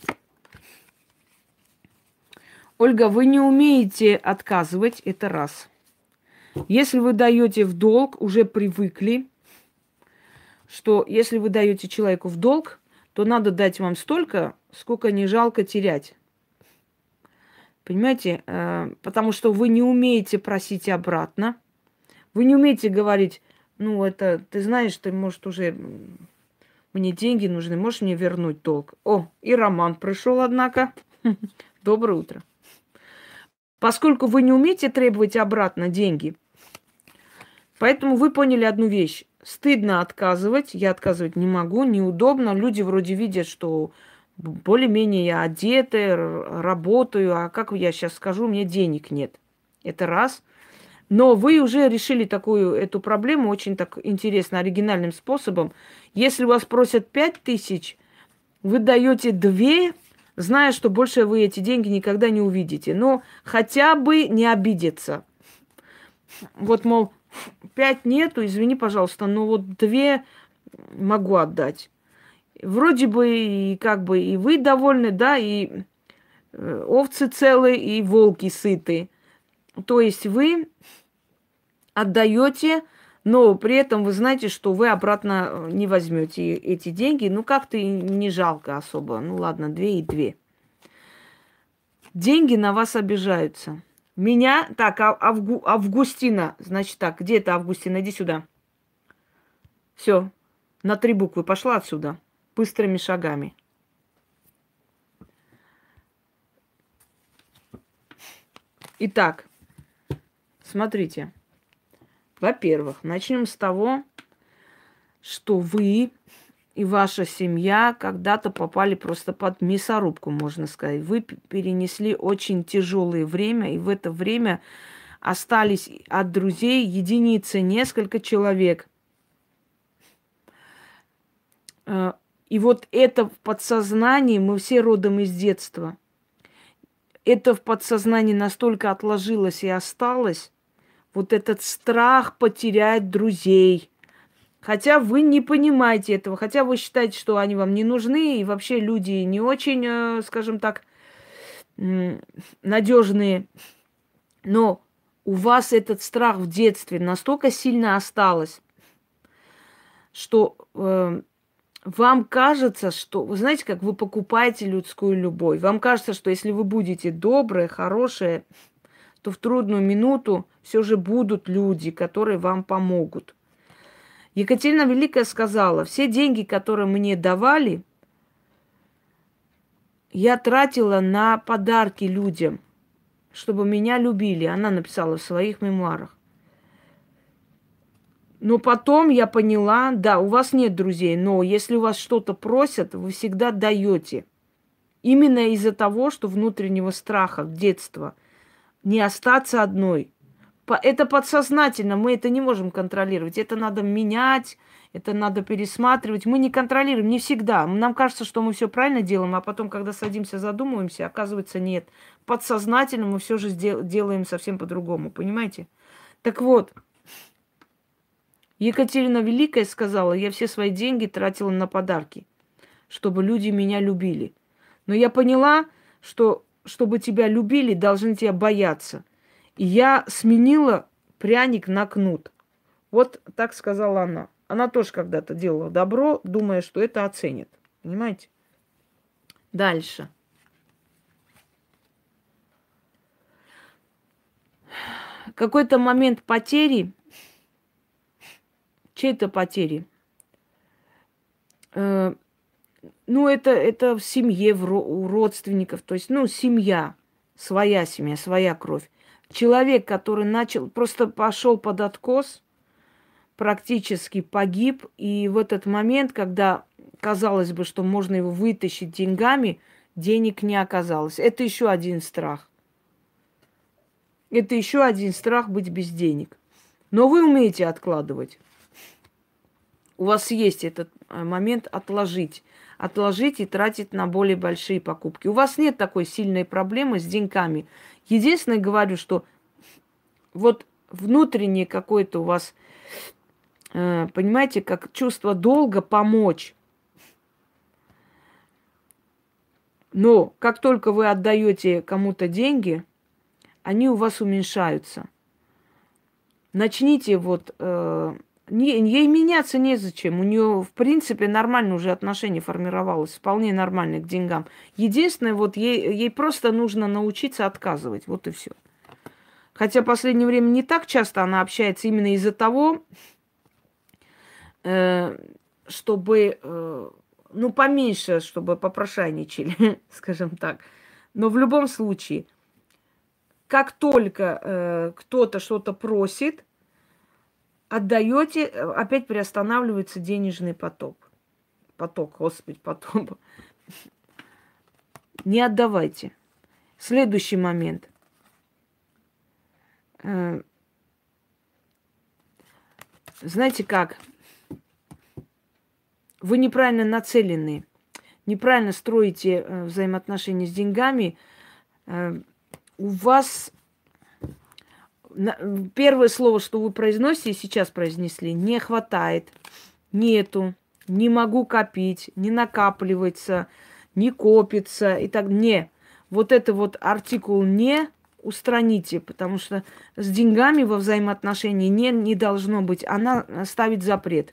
Ольга, вы не умеете отказывать, это раз. Если вы даете в долг, уже привыкли, что если вы даете человеку в долг, то надо дать вам столько, сколько не жалко терять. Понимаете? Потому что вы не умеете просить обратно. Вы не умеете говорить, ну, это, ты знаешь, ты, может, уже мне деньги нужны, можешь мне вернуть долг? О, и Роман пришел, однако. Доброе утро. Поскольку вы не умеете требовать обратно деньги, поэтому вы поняли одну вещь. Стыдно отказывать, я отказывать не могу, неудобно. Люди вроде видят, что более-менее я одета, работаю, а как я сейчас скажу, у меня денег нет. Это раз. Но вы уже решили такую эту проблему очень так интересно, оригинальным способом. Если у вас просят пять тысяч, вы даете две, зная, что больше вы эти деньги никогда не увидите. Но хотя бы не обидеться. Вот, мол, пять нету, извини, пожалуйста, но вот две могу отдать. Вроде бы и как бы и вы довольны, да, и овцы целые, и волки сыты. То есть вы отдаете, но при этом вы знаете, что вы обратно не возьмете эти деньги. Ну, как-то и не жалко особо. Ну, ладно, две и две. Деньги на вас обижаются. Меня... Так, а, Авгу, Августина. Значит так, где это Августина? Иди сюда. Все, на три буквы. Пошла отсюда. Быстрыми шагами. Итак, смотрите. Во-первых, начнем с того, что вы и ваша семья когда-то попали просто под мясорубку, можно сказать. Вы перенесли очень тяжелое время, и в это время остались от друзей единицы, несколько человек. И вот это в подсознании, мы все родом из детства, это в подсознании настолько отложилось и осталось, вот этот страх потерять друзей. Хотя вы не понимаете этого, хотя вы считаете, что они вам не нужны, и вообще люди не очень, скажем так, надежные. Но у вас этот страх в детстве настолько сильно осталось, что э, вам кажется, что, вы знаете, как вы покупаете людскую любовь. Вам кажется, что если вы будете добрые, хорошие, то в трудную минуту все же будут люди, которые вам помогут. Екатерина Великая сказала, все деньги, которые мне давали, я тратила на подарки людям, чтобы меня любили. Она написала в своих мемуарах. Но потом я поняла, да, у вас нет друзей, но если у вас что-то просят, вы всегда даете. Именно из-за того, что внутреннего страха, детства, не остаться одной. Это подсознательно, мы это не можем контролировать. Это надо менять, это надо пересматривать. Мы не контролируем, не всегда. Нам кажется, что мы все правильно делаем, а потом, когда садимся, задумываемся, оказывается, нет. Подсознательно мы все же делаем совсем по-другому, понимаете? Так вот, Екатерина Великая сказала, я все свои деньги тратила на подарки, чтобы люди меня любили. Но я поняла, что чтобы тебя любили, должны тебя бояться. И я сменила пряник на кнут. Вот так сказала она. Она тоже когда-то делала добро, думая, что это оценит. Понимаете? Дальше. Какой-то момент потери, чьей-то потери, э, ну, это, это в семье, в, у родственников, то есть, ну, семья, своя семья, своя кровь. Человек, который начал, просто пошел под откос, практически погиб. И в этот момент, когда казалось бы, что можно его вытащить деньгами, денег не оказалось. Это еще один страх. Это еще один страх быть без денег. Но вы умеете откладывать. У вас есть этот момент отложить. Отложить и тратить на более большие покупки. У вас нет такой сильной проблемы с деньгами. Единственное, говорю, что вот внутреннее какое-то у вас, э, понимаете, как чувство долга помочь. Но как только вы отдаете кому-то деньги, они у вас уменьшаются. Начните вот... Э, не, ей меняться незачем. У нее, в принципе, нормально уже отношение формировалось. Вполне нормально к деньгам. Единственное, вот ей, ей просто нужно научиться отказывать. Вот и все. Хотя в последнее время не так часто она общается именно из-за того, э, чтобы... Э, ну, поменьше, чтобы попрошайничали, скажем так. Но в любом случае, как только э, кто-то что-то просит, отдаете, опять приостанавливается денежный поток. Поток, господи, поток. Не отдавайте. Следующий момент. Э, знаете как? Вы неправильно нацелены, неправильно строите э, взаимоотношения с деньгами. Э, у вас на, первое слово, что вы произносите, сейчас произнесли, не хватает, нету, не могу копить, не накапливается, не копится и так. Не. Вот это вот артикул «не» устраните, потому что с деньгами во взаимоотношении не, не должно быть. Она ставит запрет.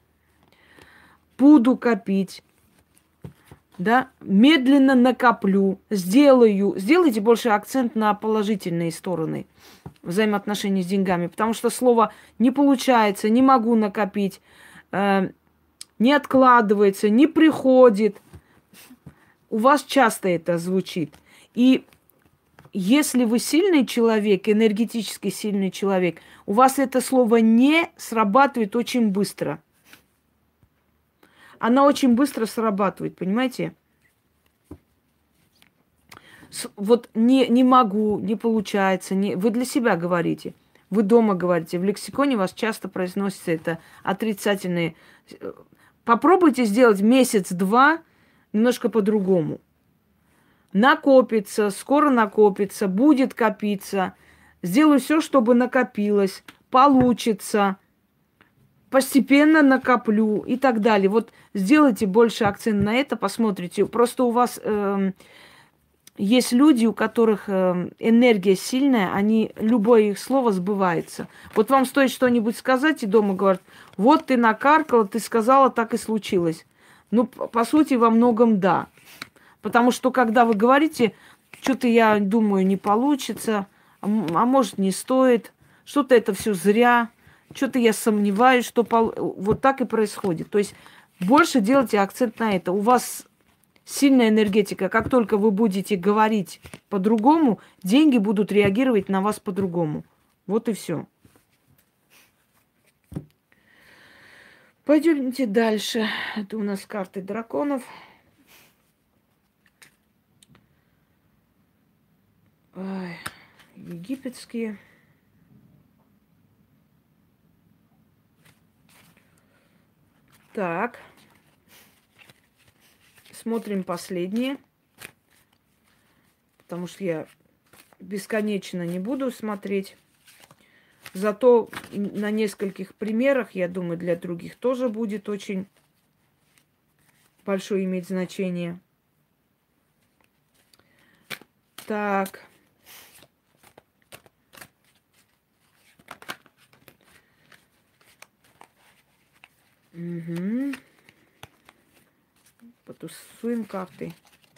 Буду копить, да, медленно накоплю, сделаю. Сделайте больше акцент на положительные стороны взаимоотношений с деньгами, потому что слово «не получается», «не могу накопить», э, «не откладывается», «не приходит». У вас часто это звучит. И если вы сильный человек, энергетически сильный человек, у вас это слово «не» срабатывает очень быстро. Она очень быстро срабатывает, понимаете? С, вот не, не могу, не получается. Не, вы для себя говорите. Вы дома говорите. В лексиконе у вас часто произносится это отрицательные. Попробуйте сделать месяц-два немножко по-другому. Накопится, скоро накопится, будет копиться. Сделаю все, чтобы накопилось, получится. Постепенно накоплю и так далее. Вот сделайте больше акцент на это, посмотрите. Просто у вас э, есть люди, у которых э, энергия сильная, они, любое их слово сбывается. Вот вам стоит что-нибудь сказать, и дома говорят, вот ты накаркала, ты сказала, так и случилось. Ну, по сути, во многом да. Потому что, когда вы говорите, что-то я думаю, не получится, а, а может, не стоит, что-то это все зря, что-то я сомневаюсь, что пол... вот так и происходит. То есть больше делайте акцент на это. У вас сильная энергетика. Как только вы будете говорить по-другому, деньги будут реагировать на вас по-другому. Вот и все. Пойдемте дальше. Это у нас карты драконов. Ой, египетские. Так. Смотрим последние. Потому что я бесконечно не буду смотреть. Зато на нескольких примерах, я думаю, для других тоже будет очень большое иметь значение. Так. Угу. Потусуем карты.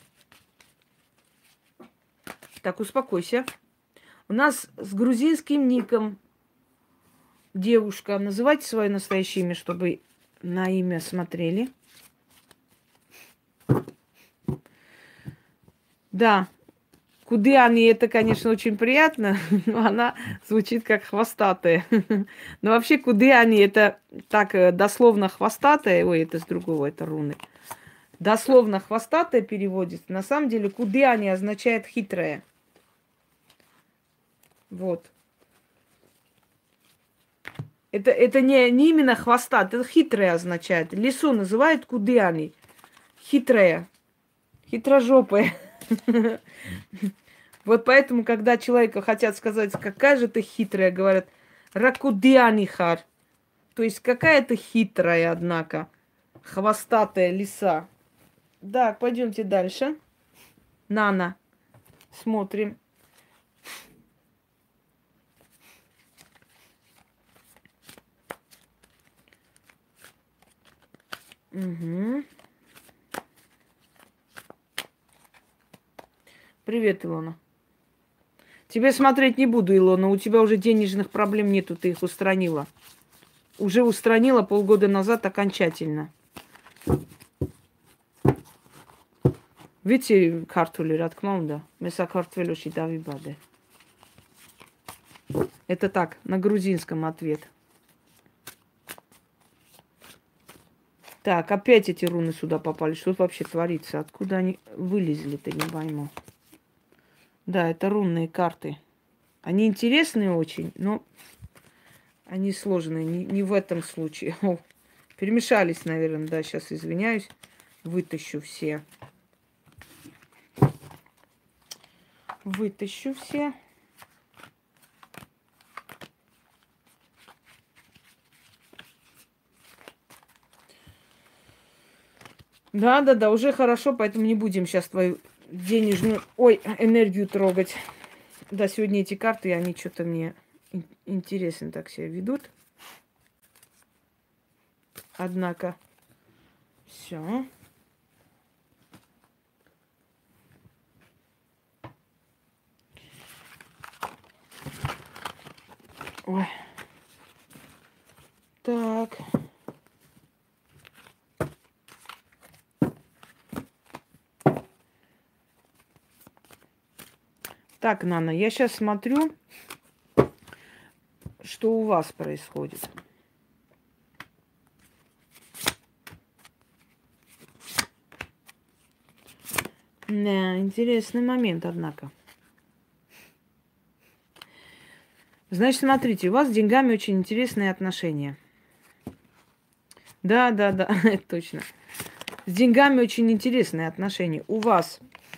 Так, успокойся. У нас с грузинским ником девушка. Называйте свое настоящее имя, чтобы на имя смотрели. Да. Кудыани, это, конечно, очень приятно, но она звучит как хвостатая. Но вообще кудыани это так э, дословно хвостатая, ой, это с другого, это руны. Дословно хвостатая переводится. На самом деле кудыани означает хитрая. Вот. Это, это не, не именно хвостат, это хитрая означает. Лису называют кудыани. Хитрая. Хитрожопая. Вот поэтому, когда человека хотят сказать, какая же ты хитрая, говорят, ракудианихар. То есть какая ты хитрая, однако, хвостатая лиса. Да, пойдемте дальше. Нана. Смотрим. Угу. Привет, Илона. Тебе смотреть не буду, Илона. У тебя уже денежных проблем нету, ты их устранила. Уже устранила полгода назад окончательно. Ვიცი ქართული რა თქმა უნდა, მე საქართველოში დავიბადე. Это так, на грузинском ответ. Так, опять эти руны сюда попали. Что вообще творится? Откуда они вылезли-то, не пойму. Да, это рунные карты. Они интересные очень, но они сложные. Не, не в этом случае. О, перемешались, наверное, да, сейчас извиняюсь. Вытащу все. Вытащу все. Да, да, да, уже хорошо, поэтому не будем сейчас твою денежную, ой, энергию трогать. Да, сегодня эти карты, они что-то мне интересно так себя ведут. Однако, все. Ой. Так. Так, Нана, я сейчас смотрю, что у вас происходит. Да, интересный момент, однако. Значит, смотрите, у вас с деньгами очень интересные отношения. Да, да, да, это точно. С деньгами очень интересные отношения. У вас,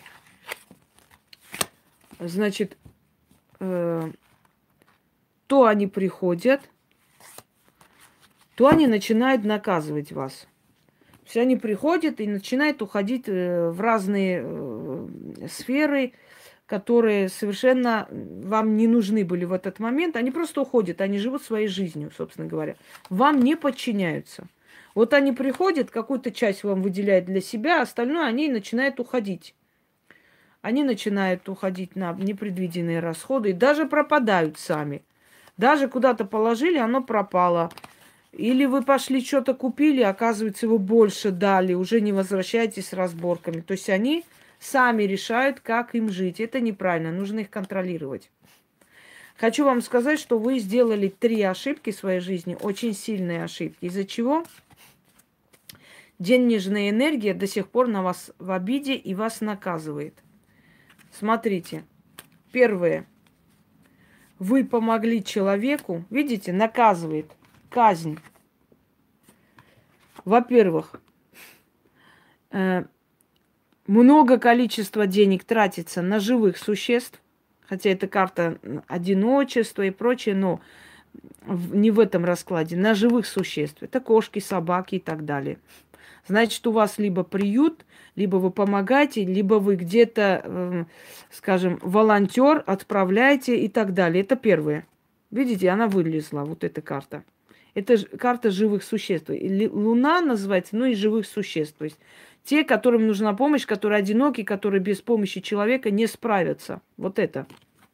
значит, э, то они приходят, то они начинают наказывать вас. То есть они приходят и начинают уходить э, в разные э, сферы, которые совершенно вам не нужны были в этот момент. Они просто уходят, они живут своей жизнью, собственно говоря. Вам не подчиняются. Вот они приходят, какую-то часть вам выделяют для себя, а остальное они начинают уходить. Они начинают уходить на непредвиденные расходы и даже пропадают сами. Даже куда-то положили, оно пропало. Или вы пошли что-то купили, оказывается, его больше дали, уже не возвращаетесь с разборками. То есть они сами решают, как им жить. Это неправильно, нужно их контролировать. Хочу вам сказать, что вы сделали три ошибки в своей жизни, очень сильные ошибки. Из-за чего денежная энергия до сих пор на вас в обиде и вас наказывает. Смотрите, первое. Вы помогли человеку, видите, наказывает, казнь. Во-первых, э, много количества денег тратится на живых существ, хотя это карта одиночества и прочее, но не в этом раскладе, на живых существ. Это кошки, собаки и так далее. Значит, у вас либо приют, либо вы помогаете, либо вы где-то, э, скажем, волонтер отправляете и так далее. Это первое. Видите, она вылезла, вот эта карта. Это карта живых существ. Луна называется, ну и живых существ. То есть те, которым нужна помощь, которые одиноки, которые без помощи человека не справятся. Вот это.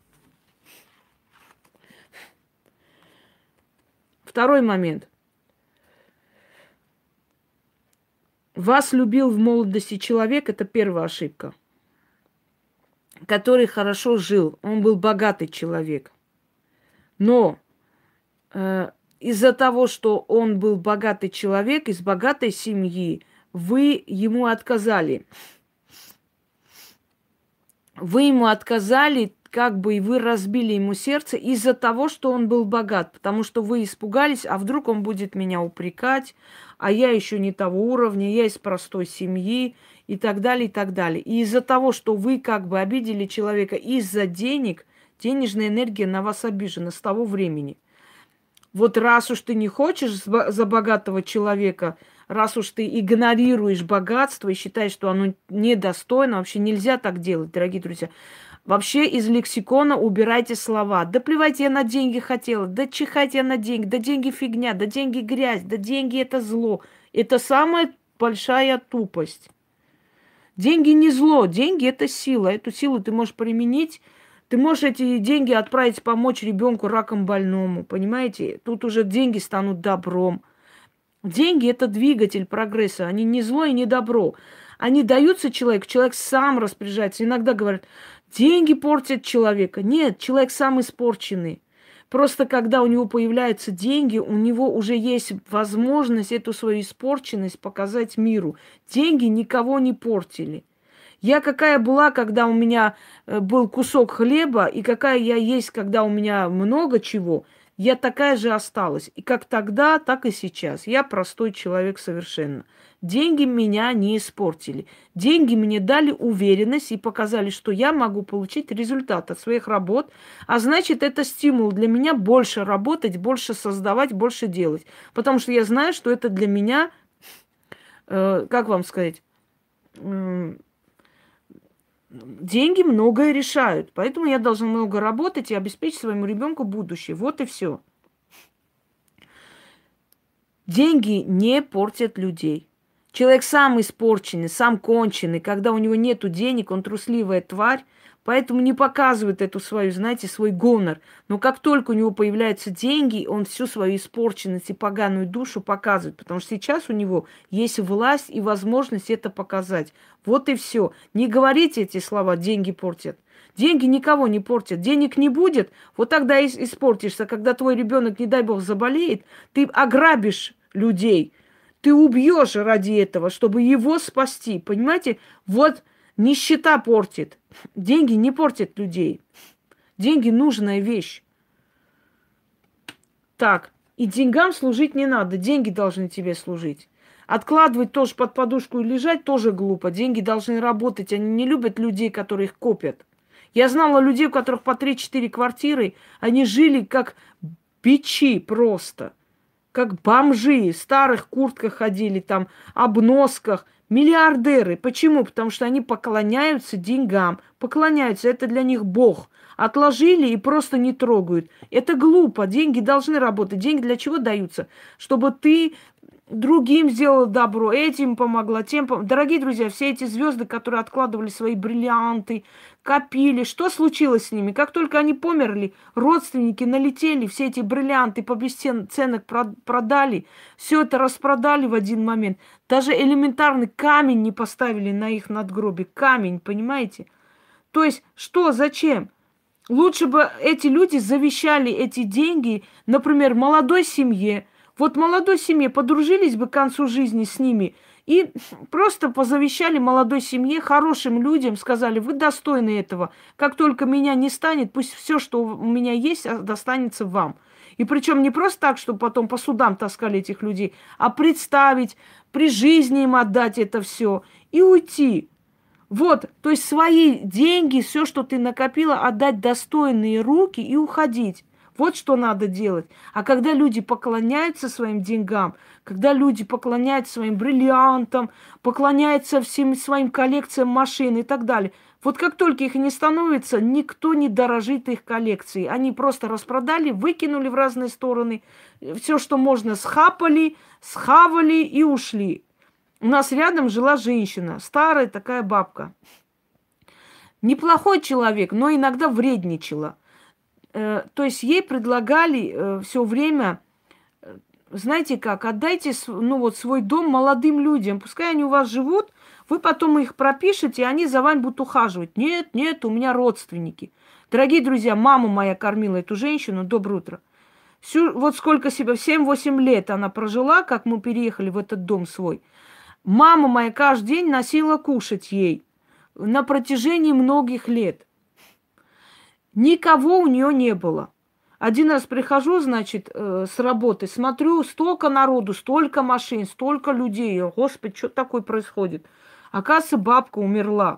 Второй момент. Вас любил в молодости человек, это первая ошибка. который хорошо жил. Он был богатый человек. Но э, из-за того, что он был богатый человек, из богатой семьи, вы ему отказали. Вы ему отказали, как бы и вы разбили ему сердце из-за того, что он был богат. Потому что вы испугались, а вдруг он будет меня упрекать, а я еще не того уровня, я из простой семьи и так далее, и так далее. И из-за того, что вы как бы обидели человека из-за денег, денежная энергия на вас обижена с того времени. Вот раз уж ты не хочешь за богатого человека, раз уж ты игнорируешь богатство и считаешь, что оно недостойно, вообще нельзя так делать, дорогие друзья. Вообще из лексикона убирайте слова. Да плевать я на деньги хотела, да чихать я на деньги, да деньги фигня, да деньги грязь, да деньги это зло. Это самая большая тупость. Деньги не зло, деньги это сила. Эту силу ты можешь применить. Ты можешь эти деньги отправить помочь ребенку раком больному, понимаете? Тут уже деньги станут добром. Деньги – это двигатель прогресса, они не зло и не добро. Они даются человеку, человек сам распоряжается. Иногда говорят, деньги портят человека. Нет, человек сам испорченный. Просто когда у него появляются деньги, у него уже есть возможность эту свою испорченность показать миру. Деньги никого не портили. Я какая была, когда у меня был кусок хлеба, и какая я есть, когда у меня много чего, я такая же осталась. И как тогда, так и сейчас. Я простой человек совершенно. Деньги меня не испортили. Деньги мне дали уверенность и показали, что я могу получить результат от своих работ. А значит, это стимул для меня больше работать, больше создавать, больше делать. Потому что я знаю, что это для меня, э, как вам сказать... Э, Деньги многое решают, поэтому я должна много работать и обеспечить своему ребенку будущее. Вот и все. Деньги не портят людей. Человек сам испорченный, сам конченый. Когда у него нету денег, он трусливая тварь, поэтому не показывает эту свою, знаете, свой гонор. Но как только у него появляются деньги, он всю свою испорченность и поганую душу показывает. Потому что сейчас у него есть власть и возможность это показать. Вот и все. Не говорите эти слова «деньги портят». Деньги никого не портят. Денег не будет, вот тогда и испортишься. Когда твой ребенок, не дай бог, заболеет, ты ограбишь людей. Ты убьешь ради этого, чтобы его спасти. Понимаете? Вот нищета портит. Деньги не портят людей. Деньги – нужная вещь. Так, и деньгам служить не надо. Деньги должны тебе служить. Откладывать тоже под подушку и лежать тоже глупо. Деньги должны работать. Они не любят людей, которые их копят. Я знала людей, у которых по три-четыре квартиры. Они жили как бичи просто. Как бомжи, в старых куртках ходили, там, обносках. Миллиардеры. Почему? Потому что они поклоняются деньгам. Поклоняются. Это для них Бог. Отложили и просто не трогают. Это глупо. Деньги должны работать. Деньги для чего даются? Чтобы ты другим сделала добро, этим помогла, тем помогла. Дорогие друзья, все эти звезды, которые откладывали свои бриллианты, копили, что случилось с ними? Как только они померли, родственники налетели, все эти бриллианты по бесценок продали, все это распродали в один момент. Даже элементарный камень не поставили на их надгробие. Камень, понимаете? То есть, что, зачем? Лучше бы эти люди завещали эти деньги, например, молодой семье. Вот молодой семье подружились бы к концу жизни с ними и просто позавещали молодой семье, хорошим людям, сказали, вы достойны этого. Как только меня не станет, пусть все, что у меня есть, достанется вам. И причем не просто так, чтобы потом по судам таскали этих людей, а представить, при жизни им отдать это все и уйти. Вот, то есть свои деньги, все, что ты накопила, отдать достойные руки и уходить. Вот что надо делать. А когда люди поклоняются своим деньгам, когда люди поклоняются своим бриллиантам, поклоняются всем своим коллекциям машин и так далее, вот как только их не становится, никто не дорожит их коллекцией. Они просто распродали, выкинули в разные стороны, все, что можно, схапали, схавали и ушли. У нас рядом жила женщина, старая такая бабка. Неплохой человек, но иногда вредничала. То есть ей предлагали все время, знаете как, отдайте ну, вот, свой дом молодым людям, пускай они у вас живут, Вы потом их пропишете, и они за вами будут ухаживать. Нет, нет, у меня родственники. Дорогие друзья, мама моя кормила эту женщину. Доброе утро. Всю, вот сколько себе, семь-восемь лет она прожила, как мы переехали в этот дом свой. Мама моя каждый день носила кушать ей на протяжении многих лет. Никого у нее не было. Один раз прихожу, значит, э, с работы, смотрю, столько народу, столько машин, столько людей. Я, Господи, что такое происходит? Оказывается, бабка умерла.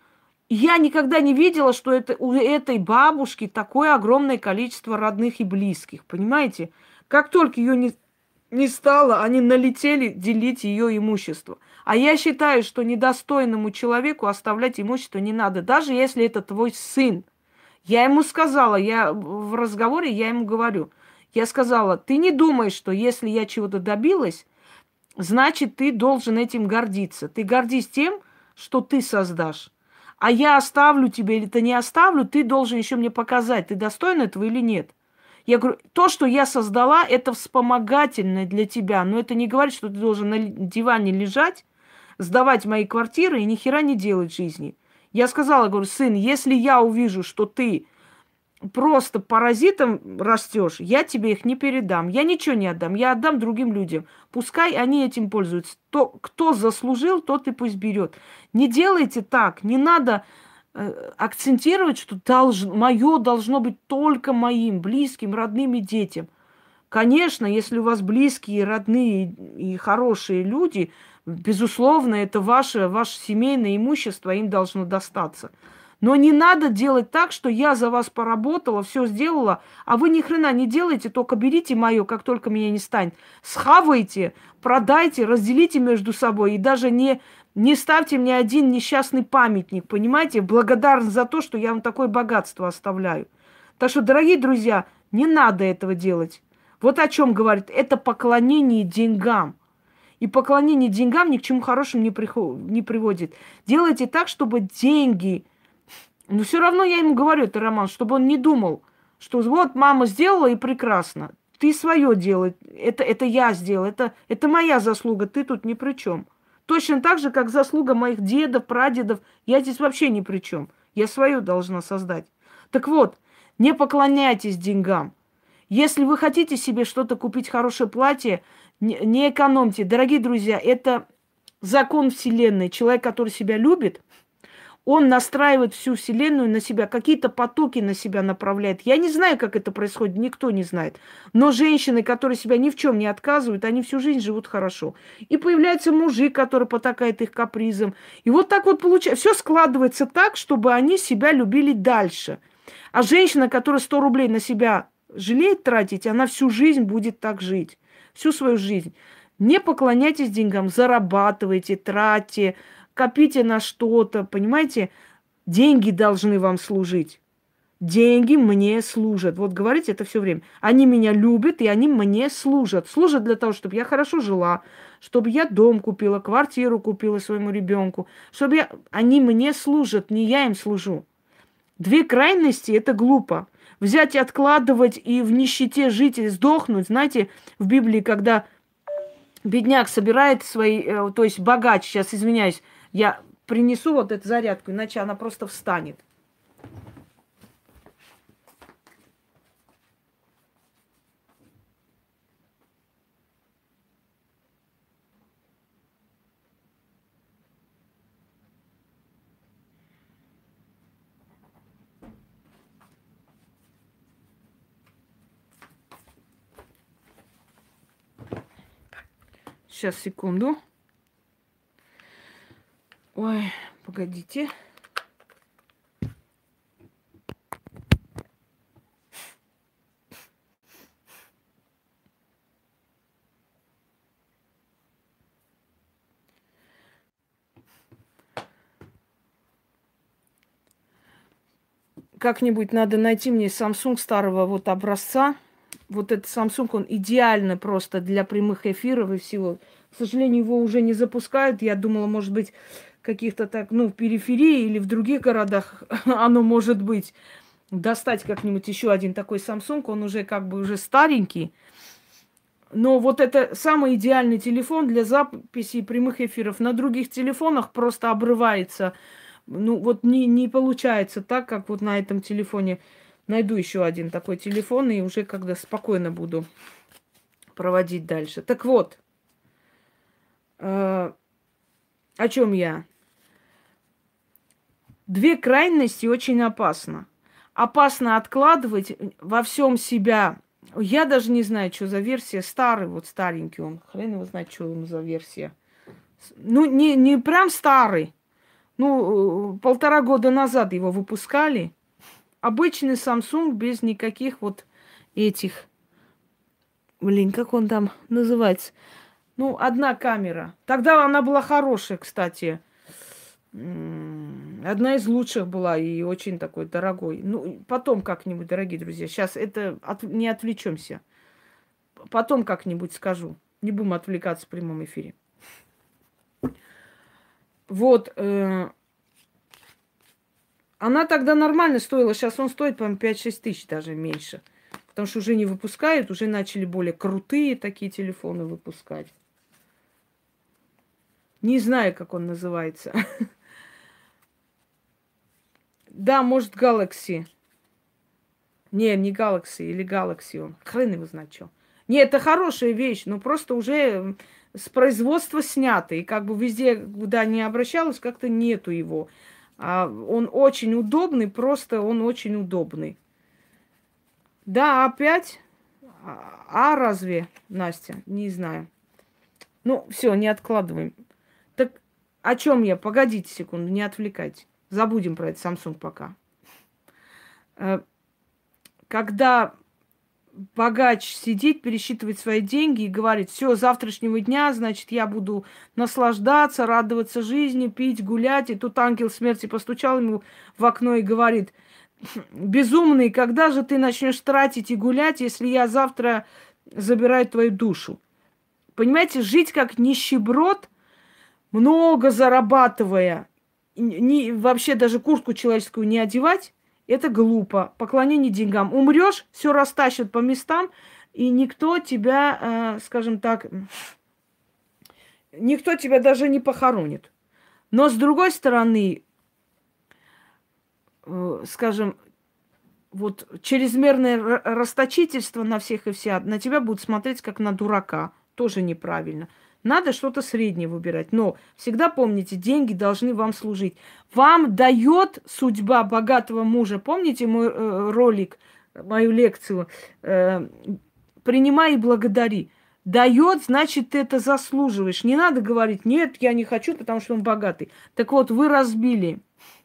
И я никогда не видела, что это, у этой бабушки такое огромное количество родных и близких. Понимаете? Как только ее не, не стало, они налетели делить ее имущество. А я считаю, что недостойному человеку оставлять имущество не надо, даже если это твой сын. Я ему сказала, я в разговоре я ему говорю, я сказала, ты не думай, что если я чего-то добилась, значит, ты должен этим гордиться. Ты гордись тем, что ты создашь. А я оставлю тебе или ты не оставлю, ты должен еще мне показать, ты достоин этого или нет. Я говорю, то, что я создала, это вспомогательное для тебя, но это не говорит, что ты должен на диване лежать, сдавать мои квартиры и ни хера не делать в жизни. Я сказала, говорю, сын, если я увижу, что ты просто паразитом растешь, я тебе их не передам. Я ничего не отдам, я отдам другим людям. Пускай они этим пользуются. То, кто заслужил, тот и пусть берет. Не делайте так, не надо э, акцентировать, что долж, мое должно быть только моим, близким, родным и детям. Конечно, если у вас близкие, родные и хорошие люди, безусловно, это ваше, ваше семейное имущество, им должно достаться. Но не надо делать так, что я за вас поработала, все сделала, а вы ни хрена не делаете, только берите мое, как только меня не станет. Схавайте, продайте, разделите между собой и даже не, не ставьте мне один несчастный памятник, понимаете? Благодарность за то, что я вам такое богатство оставляю. Так что, дорогие друзья, не надо этого делать. Вот о чем говорит. Это поклонение деньгам. И поклонение деньгам ни к чему хорошему не, приход, не приводит. Делайте так, чтобы деньги... Но все равно я ему говорю, это Роман, чтобы он не думал, что вот мама сделала и прекрасно. Ты свое делай. Это, это я сделала. Это, это моя заслуга. Ты тут ни при чем. Точно так же, как заслуга моих дедов, прадедов. Я здесь вообще ни при чем. Я свое должна создать. Так вот, не поклоняйтесь деньгам. Если вы хотите себе что-то купить, хорошее платье, не, не экономьте. Дорогие друзья, это закон Вселенной. Человек, который себя любит, он настраивает всю Вселенную на себя, какие-то потоки на себя направляет. Я не знаю, как это происходит, никто не знает. Но женщины, которые себя ни в чем не отказывают, они всю жизнь живут хорошо. И появляется мужик, который потакает их капризом. И вот так вот получается. Все складывается так, чтобы они себя любили дальше. А женщина, которая сто рублей на себя жалеет тратить, она всю жизнь будет так жить. Всю свою жизнь. Не поклоняйтесь деньгам, зарабатывайте, тратьте, копите на что-то, понимаете? Деньги должны вам служить. Деньги мне служат. Вот говорите это все время. Они меня любят, и они мне служат. Служат для того, чтобы я хорошо жила, чтобы я дом купила, квартиру купила своему ребенку, чтобы я... Они мне служат, не я им служу. Две крайности – это глупо. Взять и откладывать, и в нищете жить, и сдохнуть. Знаете, в Библии, когда бедняк собирает свои... То есть богач, сейчас извиняюсь, я принесу вот эту зарядку, иначе она просто встанет. Сейчас, секунду. Ой, погодите. Как-нибудь надо найти мне Samsung старого вот образца. Вот этот Samsung, он идеально просто для прямых эфиров и всего. К сожалению, его уже не запускают. Я думала, может быть, каких-то так, ну, в периферии или в других городах оно может быть. Достать как-нибудь еще один такой Samsung, он уже как бы уже старенький. Но вот это самый идеальный телефон для записи прямых эфиров. На других телефонах просто обрывается. Ну, вот не, не получается так, как вот на этом телефоне. Найду еще один такой телефон и уже когда спокойно буду проводить дальше. Так вот, э, о чем я? Две крайности очень опасно. Опасно откладывать во всем себя. Я даже не знаю, что за версия. Старый, вот старенький он. Хрен его знает, что ему за версия. Ну, не, не прям старый. Ну, полтора года назад его выпускали. Обычный Samsung без никаких вот этих... Блин, как он там называется? Ну, одна камера. Тогда она была хорошая, кстати. Одна из лучших была и очень такой дорогой. Ну, потом как-нибудь, дорогие друзья. Сейчас это от... не отвлечемся. Потом как-нибудь скажу. Не будем отвлекаться в прямом эфире. Вот. Э... Она тогда нормально стоила. Сейчас он стоит, по-моему, пять-шесть тысяч, даже меньше. Потому что уже не выпускают. Уже начали более крутые такие телефоны выпускать. Не знаю, как он называется. Да, может, Galaxy. Не, не Galaxy или Galaxy он. Хрен его знает, что. Не, это хорошая вещь, но просто уже с производства снято. И как бы везде, куда не обращалась, как-то нету его. А он очень удобный, просто он очень удобный. Да, опять? А, а разве, Настя? Не знаю. Ну, все, не откладываем. Так о чем я? Погодите секунду, не отвлекайте. Забудем про этот Samsung пока. Когда богач сидит, пересчитывает свои деньги и говорит: все, с завтрашнего дня, значит, я буду наслаждаться, радоваться жизни, пить, гулять. И тут ангел смерти постучал ему в окно и говорит: безумный, когда же ты начнешь тратить и гулять, если я завтра забираю твою душу? Понимаете, жить как нищеброд, много зарабатывая, не, вообще даже куртку человеческую не одевать, это глупо. Поклонение деньгам. Умрешь, все растащат по местам, и никто тебя, э, скажем так, никто тебя даже не похоронит. Но с другой стороны, э, скажем, вот чрезмерное расточительство на всех и вся, на тебя будут смотреть как на дурака. Тоже неправильно. Надо что-то среднее выбирать. Но всегда помните, деньги должны вам служить. Вам дает судьба богатого мужа. Помните мой э, ролик, мою лекцию? Э, «Принимай и благодари». Дает, значит, ты это заслуживаешь. Не надо говорить: нет, я не хочу, потому что он богатый. Так вот, вы разбили.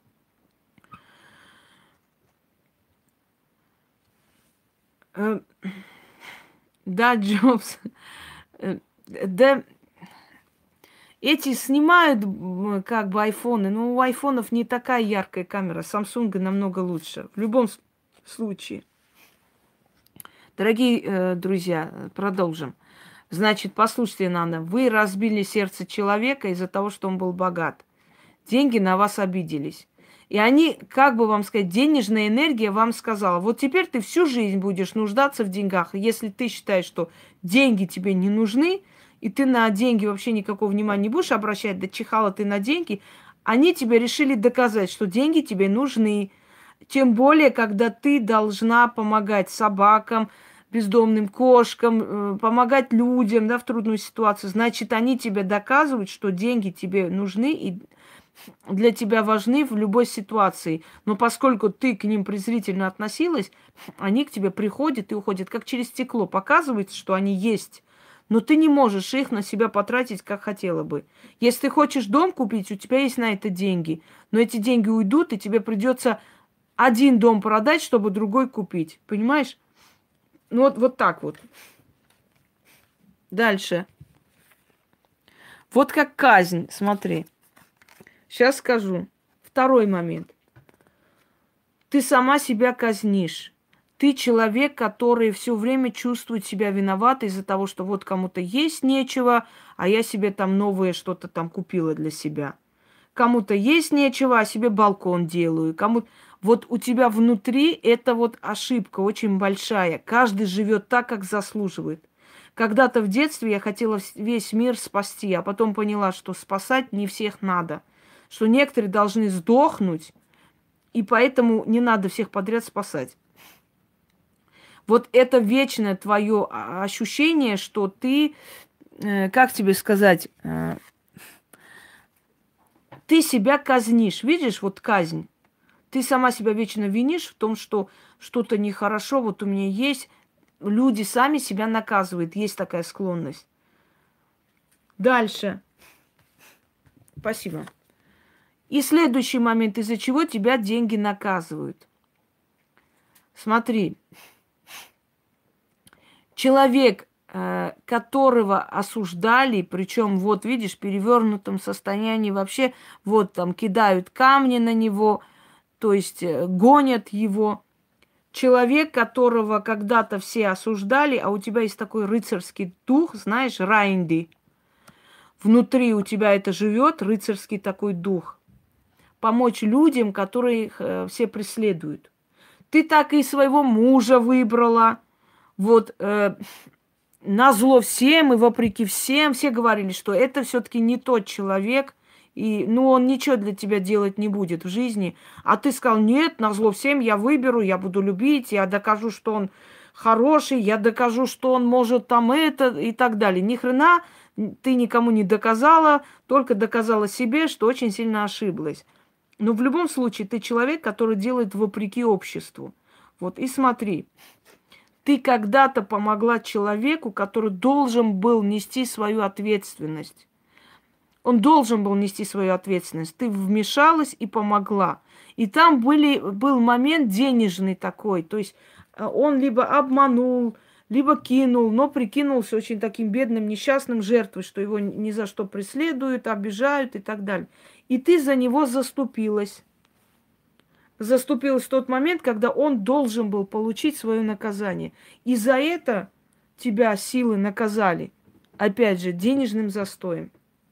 Э, да, Джобс. Э, да... Эти снимают как бы айфоны, но у айфонов не такая яркая камера, Samsung намного лучше. В любом случае. Дорогие э, друзья, продолжим. Значит, послушайте, надо. Вы разбили сердце человека из-за того, что он был богат. Деньги на вас обиделись. И они, как бы вам сказать, денежная энергия вам сказала: вот теперь ты всю жизнь будешь нуждаться в деньгах. И если ты считаешь, что деньги тебе не нужны, и ты на деньги вообще никакого внимания не будешь обращать, да чихала ты на деньги, они тебе решили доказать, что деньги тебе нужны. Тем более, когда ты должна помогать собакам, бездомным кошкам, помогать людям, да, в трудную ситуацию. Значит, они тебе доказывают, что деньги тебе нужны и для тебя важны в любой ситуации. Но поскольку ты к ним презрительно относилась, они к тебе приходят и уходят, как через стекло. Показывается, что они есть. Но ты не можешь их на себя потратить, как хотела бы. Если ты хочешь дом купить, у тебя есть на это деньги. Но эти деньги уйдут, и тебе придется один дом продать, чтобы другой купить. Понимаешь? Ну вот, вот так вот. Дальше. Вот как казнь, смотри. Сейчас скажу. Второй момент. Ты сама себя казнишь. Ты человек, который все время чувствует себя виноватой из-за того, что вот кому-то есть нечего, а я себе там новое что-то там купила для себя. Кому-то есть нечего, а себе балкон делаю. Кому... Вот у тебя внутри это вот ошибка очень большая. Каждый живет так, как заслуживает. Когда-то в детстве я хотела весь мир спасти, а потом поняла, что спасать не всех надо, что некоторые должны сдохнуть, и поэтому не надо всех подряд спасать. Вот это вечное твое ощущение, что ты, э, как тебе сказать, э, ты себя казнишь. Видишь, вот казнь. Ты сама себя вечно винишь в том, что что-то нехорошо, вот у меня есть. Люди сами себя наказывают. Есть такая склонность. Дальше. Спасибо. И следующий момент, из-за чего тебя деньги наказывают. Смотри. Человек, которого осуждали, причем, вот видишь, в перевернутом состоянии вообще, вот там кидают камни на него, то есть гонят его. Человек, которого когда-то все осуждали, а у тебя есть такой рыцарский дух, знаешь, райнди. Внутри у тебя это живет, рыцарский такой дух. Помочь людям, которые их все преследуют. Ты так и своего мужа выбрала. Вот э, назло всем и вопреки всем, все говорили, что это все-таки не тот человек, и, ну, он ничего для тебя делать не будет в жизни. А ты сказал, нет, назло всем я выберу, я буду любить, я докажу, что он хороший, я докажу, что он может там это и так далее. Ни хрена ты никому не доказала, только доказала себе, что очень сильно ошиблась. Но в любом случае ты человек, который делает вопреки обществу. Вот и смотри. Ты когда-то помогла человеку, который должен был нести свою ответственность. Он должен был нести свою ответственность. Ты вмешалась и помогла. И там были, был момент денежный такой. То есть он либо обманул, либо кинул, но прикинулся очень таким бедным, несчастным жертвой, что его ни за что преследуют, обижают и так далее. И ты за него заступилась. Заступилась в тот момент, когда он должен был получить свое наказание. И за это тебя силы наказали. Опять же, денежным застоем.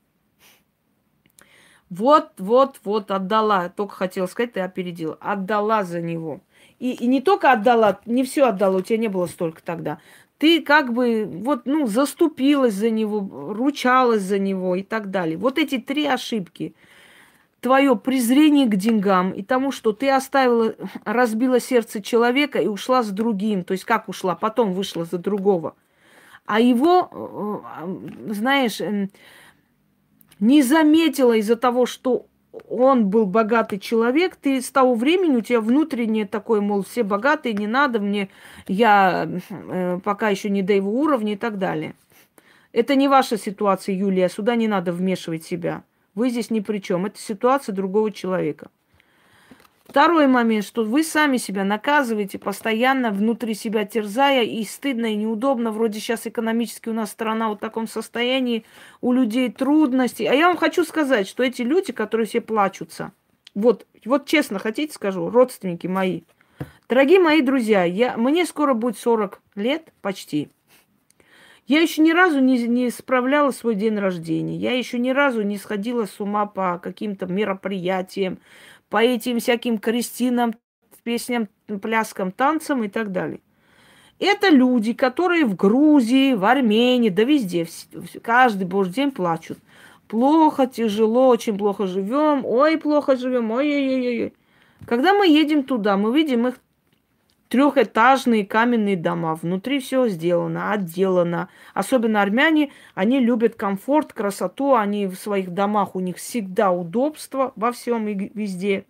Вот, вот, вот, отдала. Только хотела сказать, ты опередила. Отдала за него. И, и не только отдала, не все отдала, у тебя не было столько тогда. Ты как бы, вот, ну, заступилась за него, ручалась за него и так далее. Вот эти три ошибки. Твое презрение к деньгам и тому, что ты оставила, разбила сердце человека и ушла с другим. То есть как ушла? Потом вышла за другого. А его, знаешь, не заметила из-за того, что он был богатый человек. Ты с того времени, у тебя внутреннее такое, мол, все богатые, не надо мне, я пока еще не до его уровня и так далее. Это не ваша ситуация, Юлия, сюда не надо вмешивать себя. Вы здесь ни при чем. Это ситуация другого человека. Второй момент, что вы сами себя наказываете, постоянно внутри себя терзая, и стыдно, и неудобно. Вроде сейчас экономически у нас страна вот в таком состоянии, у людей трудности. А я вам хочу сказать, что эти люди, которые все плачутся, вот, вот честно хотите скажу, родственники мои, дорогие мои друзья, я, мне скоро будет сорок лет почти. Я еще ни разу не, не справляла свой день рождения. Я еще ни разу не сходила с ума по каким-то мероприятиям, по этим всяким крестинам, песням, пляскам, танцам и так далее. Это люди, которые в Грузии, в Армении, да везде, каждый божий день плачут. Плохо, тяжело, очень плохо живем, ой, плохо живем, ой-ой-ой-ой. Когда мы едем туда, мы видим их трехэтажные каменные дома. Внутри все сделано, отделано. Особенно армяне, они любят комфорт, красоту. Они в своих домах, у них всегда удобство во всем и везде.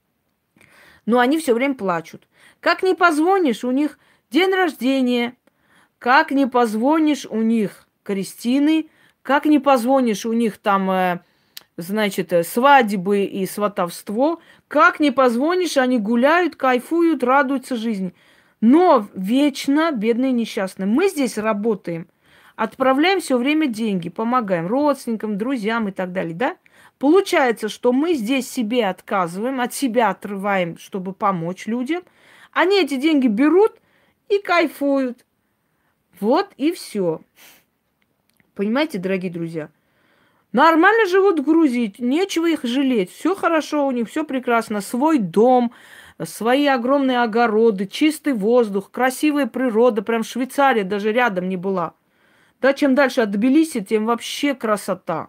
Но они все время плачут. Как не позвонишь, у них день рождения. Как не позвонишь, у них крестины. Как не позвонишь, у них там, значит, свадьбы и сватовство. Как не позвонишь, они гуляют, кайфуют, радуются жизни. Но вечно бедные несчастные. Мы здесь работаем, отправляем все время деньги, помогаем родственникам, друзьям и так далее, да? Получается, что мы здесь себе отказываем, от себя отрываем, чтобы помочь людям. Они эти деньги берут и кайфуют. Вот и все. Понимаете, дорогие друзья? Нормально живут в Грузии, нечего их жалеть. Все хорошо у них, все прекрасно. Свой дом, свои огромные огороды, чистый воздух, красивая природа. Прям Швейцария даже рядом не была. Да, чем дальше от Тбилиси, тем вообще красота.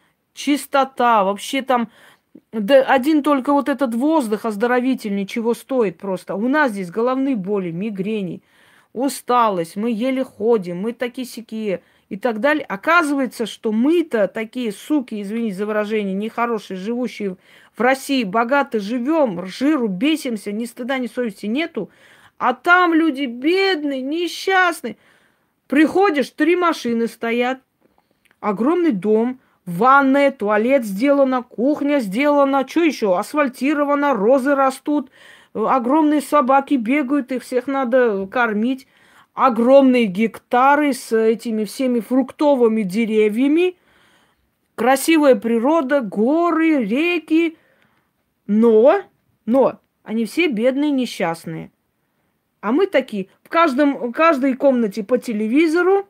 Чистота, вообще там да один только вот этот воздух оздоровительный чего стоит просто. У нас здесь головные боли, мигрени, усталость, мы еле ходим, мы такие-сякие и так далее. Оказывается, что мы-то такие суки, извините за выражение, нехорошие, живущие в России, богато живем, жиру бесимся, ни стыда, ни совести нету. А там люди бедные, несчастные. Приходишь, три машины стоят, огромный дом, ванная, туалет сделано, кухня сделана, что еще? Асфальтировано, розы растут, огромные собаки бегают, их всех надо кормить. Огромные гектары с этими всеми фруктовыми деревьями, красивая природа, горы, реки. Но, но, они все бедные, несчастные. А мы такие, в каждом, в каждой комнате по телевизору.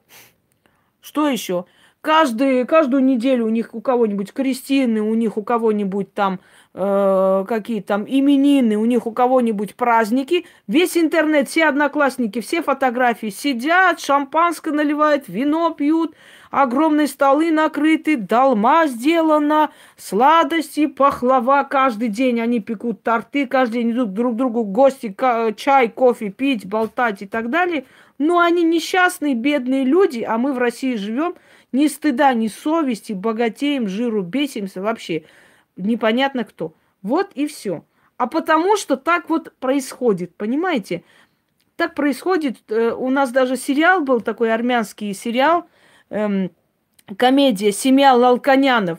Что еще? Каждый, каждую неделю у них у кого-нибудь крестины, у них у кого-нибудь там э, какие там именины, у них у кого-нибудь праздники. Весь интернет, все одноклассники, все фотографии сидят, шампанское наливают, вино пьют, огромные столы накрыты, долма сделана, сладости, пахлава. Каждый день они пекут торты, каждый день идут друг к другу в гости, чай, кофе пить, болтать и так далее. Но они несчастные, бедные люди, а мы в России живем. Ни стыда, ни совести, богатеем, жиру бесимся, вообще непонятно кто. Вот и все. А потому что так вот происходит, понимаете? Так происходит. У нас даже сериал был такой, армянский сериал, эм, комедия «Семья Лалканянов».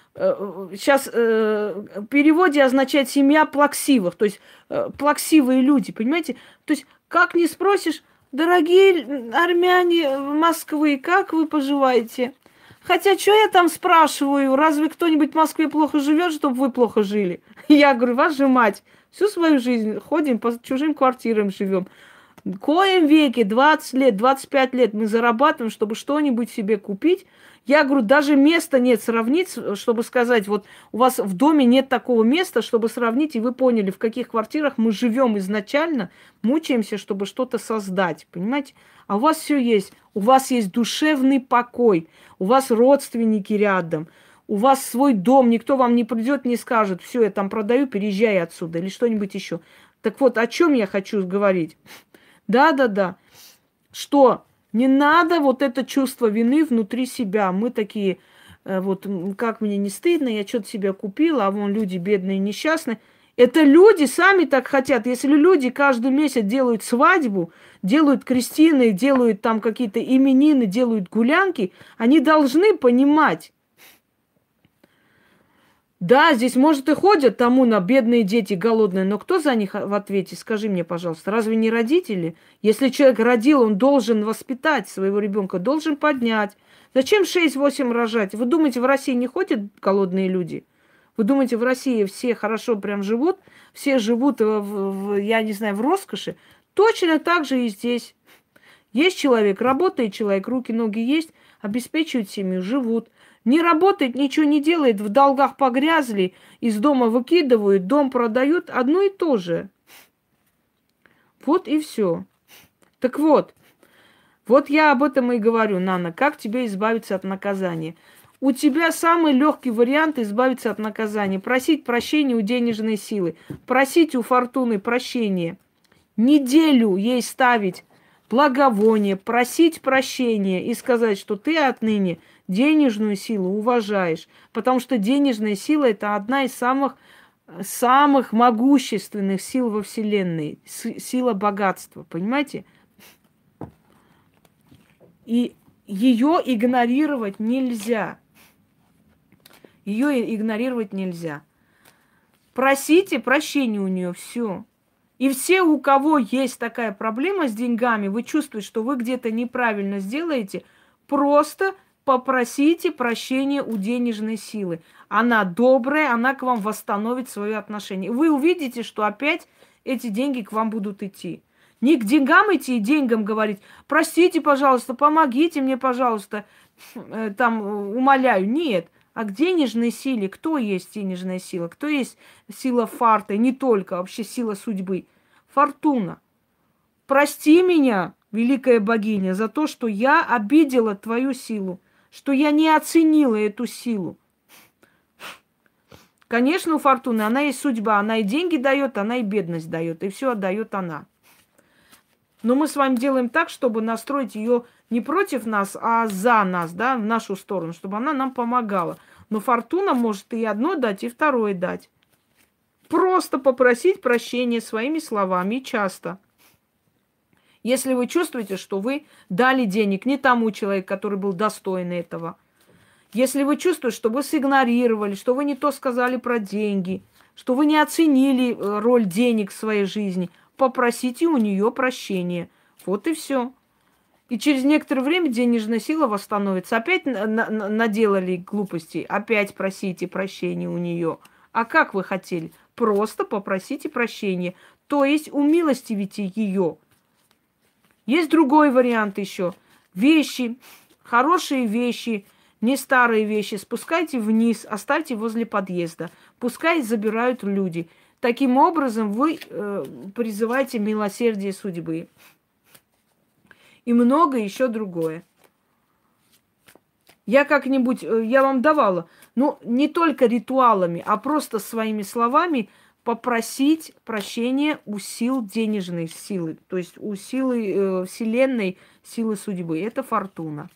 Сейчас э, в переводе означает «семья плаксивых», то есть э, плаксивые люди, понимаете? То есть как не спросишь, дорогие армяне Москвы, как вы поживаете? Хотя, что я там спрашиваю, разве кто-нибудь в Москве плохо живет, чтобы вы плохо жили? Я говорю, ваша мать, всю свою жизнь ходим по чужим квартирам живем. В коем веке, двадцать лет, двадцать пять лет мы зарабатываем, чтобы что-нибудь себе купить. Я говорю, даже места нет сравнить, чтобы сказать, вот у вас в доме нет такого места, чтобы сравнить, и вы поняли, в каких квартирах мы живем изначально, мучаемся, чтобы что-то создать, понимаете? А у вас все есть. У вас есть душевный покой, у вас родственники рядом, у вас свой дом, никто вам не придет, не скажет, все, я там продаю, переезжай отсюда, или что-нибудь еще. Так вот, о чем я хочу говорить? Да-да-да. Что? Не надо вот это чувство вины внутри себя. Мы такие, э, вот, как мне не стыдно, я что-то себе купила, а вон люди бедные, несчастные. Это люди сами так хотят. Если люди каждый месяц делают свадьбу, делают крестины, делают там какие-то именины, делают гулянки, они должны понимать. Да, здесь, может, и ходят тому на бедные дети голодные, но кто за них в ответе? Скажи мне, пожалуйста, разве не родители? Если человек родил, он должен воспитать своего ребенка, должен поднять. Зачем шесть-восемь рожать? Вы думаете, в России не ходят голодные люди? Вы думаете, в России все хорошо прям живут? Все живут, в, в, я не знаю, в роскоши? Точно так же и здесь. Есть человек, работает человек, руки, ноги есть, обеспечивают семью, живут. Не работает, ничего не делает, в долгах погрязли, из дома выкидывают, дом продают, одно и то же. Вот и все. Так вот, вот я об этом и говорю, Нана, как тебе избавиться от наказания? У тебя самый легкий вариант избавиться от наказания. Просить прощения у денежной силы, просить у фортуны прощения. Неделю ей ставить благовоние, просить прощения и сказать, что ты отныне денежную силу уважаешь, потому что денежная сила – это одна из самых, самых могущественных сил во Вселенной, сила богатства, понимаете? И ее игнорировать нельзя. Ее игнорировать нельзя. Просите прощения у нее, все. И все, у кого есть такая проблема с деньгами, вы чувствуете, что вы где-то неправильно сделаете, просто попросите прощения у денежной силы. Она добрая, она к вам восстановит свои отношения. Вы увидите, что опять эти деньги к вам будут идти. Не к деньгам идти и деньгам говорить, простите, пожалуйста, помогите мне, пожалуйста, там, умоляю. Нет. А к денежной силе, кто есть денежная сила? Кто есть сила фарта? Не только, вообще сила судьбы. Фортуна. Прости меня, великая богиня, за то, что я обидела твою силу, что я не оценила эту силу. Конечно, у Фортуны она есть судьба, она и деньги дает, она и бедность дает, и все отдает она. Но мы с вами делаем так, чтобы настроить ее не против нас, а за нас, да, в нашу сторону, чтобы она нам помогала. Но Фортуна может и одно дать, и второе дать. Просто попросить прощения своими словами, и часто. Если вы чувствуете, что вы дали денег не тому человеку, который был достоин этого. Если вы чувствуете, что вы сигнорировали, что вы не то сказали про деньги, что вы не оценили роль денег в своей жизни, попросите у нее прощения. Вот и все. И через некоторое время денежная сила восстановится. Опять на- на- наделали глупостей, опять просите прощения у нее. А как вы хотели? Просто попросите прощения. То есть умилостивите ее. Есть другой вариант еще. Вещи, хорошие вещи, не старые вещи, спускайте вниз, оставьте возле подъезда. Пускай забирают люди. Таким образом вы э, призываете милосердие судьбы. И много еще другое. Я как-нибудь, э, я вам давала, ну, не только ритуалами, а просто своими словами попросить прощения у сил денежной силы, то есть у силы э, вселенной, силы судьбы. Это фортуна.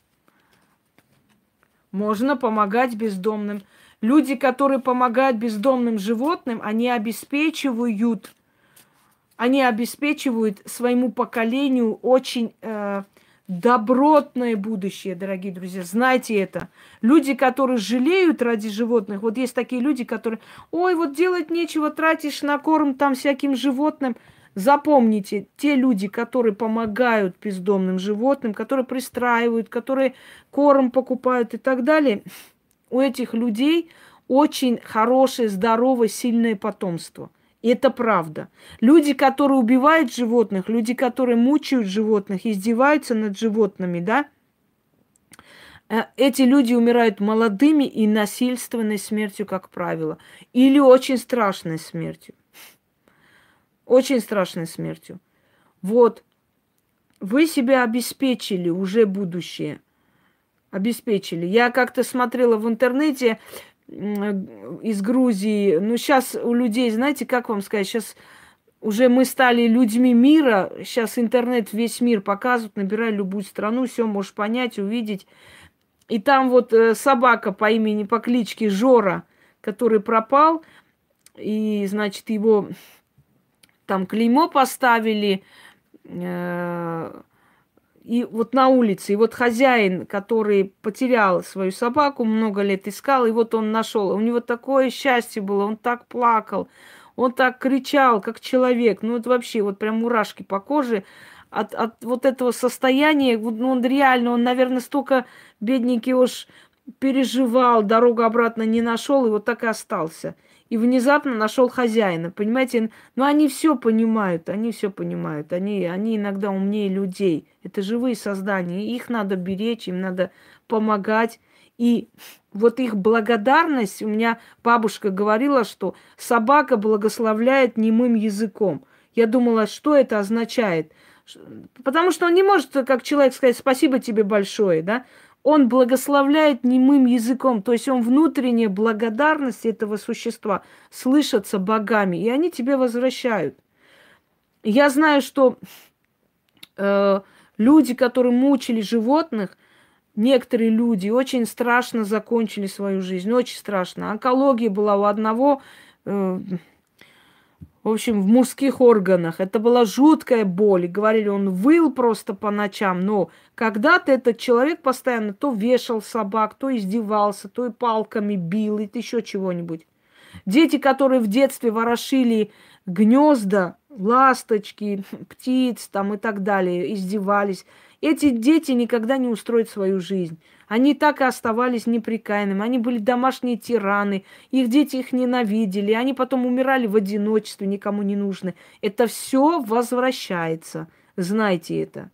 Можно помогать бездомным. Люди, которые помогают бездомным животным, они обеспечивают, они обеспечивают своему поколению очень э, добротное будущее, дорогие друзья. Знайте это. Люди, которые жалеют ради животных, вот есть такие люди, которые, ой, вот делать нечего, тратишь на корм там всяким животным. Запомните, те люди, которые помогают бездомным животным, которые пристраивают, которые корм покупают и так далее, у этих людей очень хорошее, здоровое, сильное потомство. И это правда. Люди, которые убивают животных, люди, которые мучают животных, издеваются над животными, да, эти люди умирают молодыми и насильственной смертью, как правило, или очень страшной смертью. Очень страшной смертью. Вот. Вы себя обеспечили уже будущее. Обеспечили. Я как-то смотрела в интернете из Грузии. Ну, сейчас у людей, знаете, как вам сказать, сейчас уже мы стали людьми мира. Сейчас интернет весь мир показывает, набирай любую страну, все можешь понять, увидеть. И там вот собака по имени, по кличке Жора, который пропал, и, значит, его там клеймо поставили, э- и вот на улице, и вот хозяин, который потерял свою собаку, много лет искал, и вот он нашел. У него такое счастье было, он так плакал, он так кричал, как человек. Ну, это вообще вот прям мурашки по коже от, от вот этого состояния. Ну, он реально, он, наверное, столько, бедненький, уж переживал, дорогу обратно не нашел, и вот так и остался. И внезапно нашел хозяина, понимаете? Но они все понимают, они все понимают. Они, они иногда умнее людей. Это живые создания, их надо беречь, им надо помогать. И вот их благодарность, у меня бабушка говорила, что собака благословляет немым языком. Я думала, что это означает. Потому что он не может, как человек, сказать спасибо тебе большое, да? Он благословляет немым языком, то есть он внутренняя благодарность этого существа слышатся богами, и они тебе возвращают. Я знаю, что э, люди, которые мучили животных, некоторые люди очень страшно закончили свою жизнь, очень страшно. Онкология была у одного, э, в общем, в мужских органах. Это была жуткая боль. И говорили, он выл просто по ночам. Но когда-то этот человек постоянно то вешал собак, то издевался, то и палками бил, и еще чего-нибудь. Дети, которые в детстве ворошили гнезда, ласточки, птиц там и так далее, издевались. Эти дети никогда не устроят свою жизнь. Они так и оставались неприкаянными. Они были домашние тираны. Их дети их ненавидели. Они потом умирали в одиночестве, никому не нужны. Это все возвращается. Знайте это.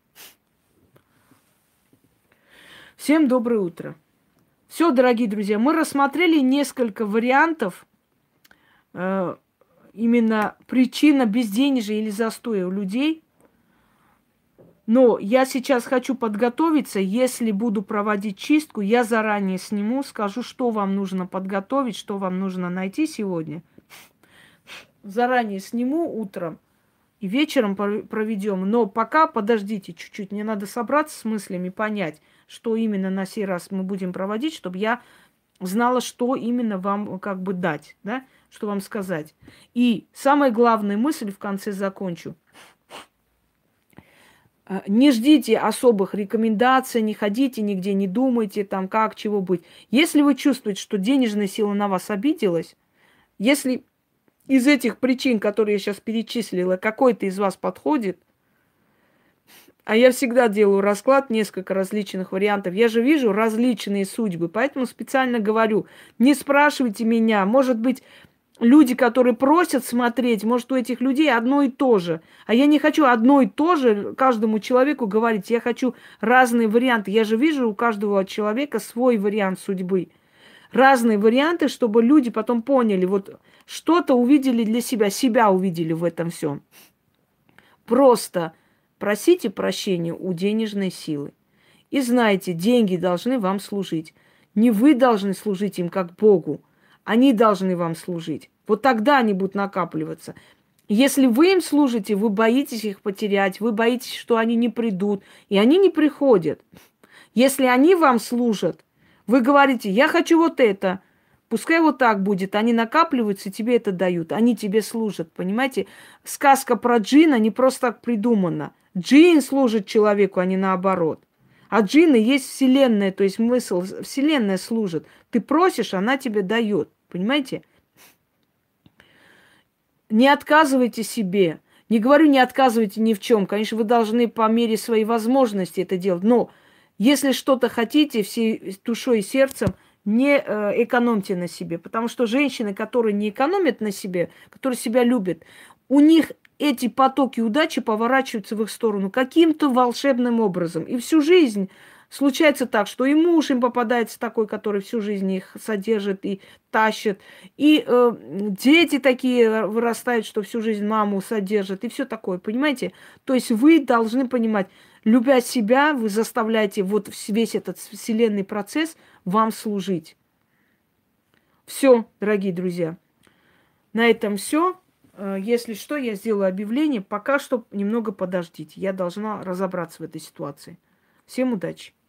Всем доброе утро. Все, дорогие друзья, мы рассмотрели несколько вариантов э, именно причина безденежья или застоя у людей. Но я сейчас хочу подготовиться. Если буду проводить чистку, я заранее сниму, скажу, что вам нужно подготовить, что вам нужно найти сегодня. Заранее сниму утром и вечером проведем. Но пока подождите чуть-чуть. Мне надо собраться с мыслями, понять, что именно на сей раз мы будем проводить, чтобы я знала, что именно вам как бы дать, да, что вам сказать. И самая главная мысль в конце закончу. Не ждите особых рекомендаций, не ходите нигде, не думайте там, как, чего быть. Если вы чувствуете, что денежная сила на вас обиделась, если из этих причин, которые я сейчас перечислила, какой-то из вас подходит, а я всегда делаю расклад, несколько различных вариантов, я же вижу различные судьбы, поэтому специально говорю, не спрашивайте меня, может быть, люди, которые просят смотреть, может, у этих людей одно и то же. А я не хочу одно и то же каждому человеку говорить. Я хочу разные варианты. Я же вижу у каждого человека свой вариант судьбы. Разные варианты, чтобы люди потом поняли, вот что-то увидели для себя, себя увидели в этом всем. Просто просите прощения у денежной силы. И знайте, деньги должны вам служить. Не вы должны служить им как Богу. Они должны вам служить. Вот тогда они будут накапливаться. Если вы им служите, вы боитесь их потерять, вы боитесь, что они не придут, и они не приходят. Если они вам служат, вы говорите, я хочу вот это, пускай вот так будет, они накапливаются, тебе это дают, они тебе служат, понимаете? Сказка про джина не просто так придумана. Джин служит человеку, а не наоборот. А джинны есть вселенная, то есть смысл, вселенная служит. Ты просишь, она тебе дает. Понимаете? Не отказывайте себе. Не говорю, не отказывайте ни в чем. Конечно, вы должны по мере своей возможности это делать. Но если что-то хотите всей душой и сердцем, не э, экономьте на себе. Потому что женщины, которые не экономят на себе, которые себя любят, у них эти потоки удачи поворачиваются в их сторону каким-то волшебным образом. И всю жизнь случается так, что и муж им попадается такой, который всю жизнь их содержит и тащит. И э, дети такие вырастают, что всю жизнь маму содержат. И все такое, понимаете? То есть вы должны понимать, любя себя, вы заставляете вот весь этот вселенный процесс вам служить. Все, дорогие друзья. На этом все. Если что, я сделаю объявление. Пока что немного подождите. Я должна разобраться в этой ситуации. Всем удачи!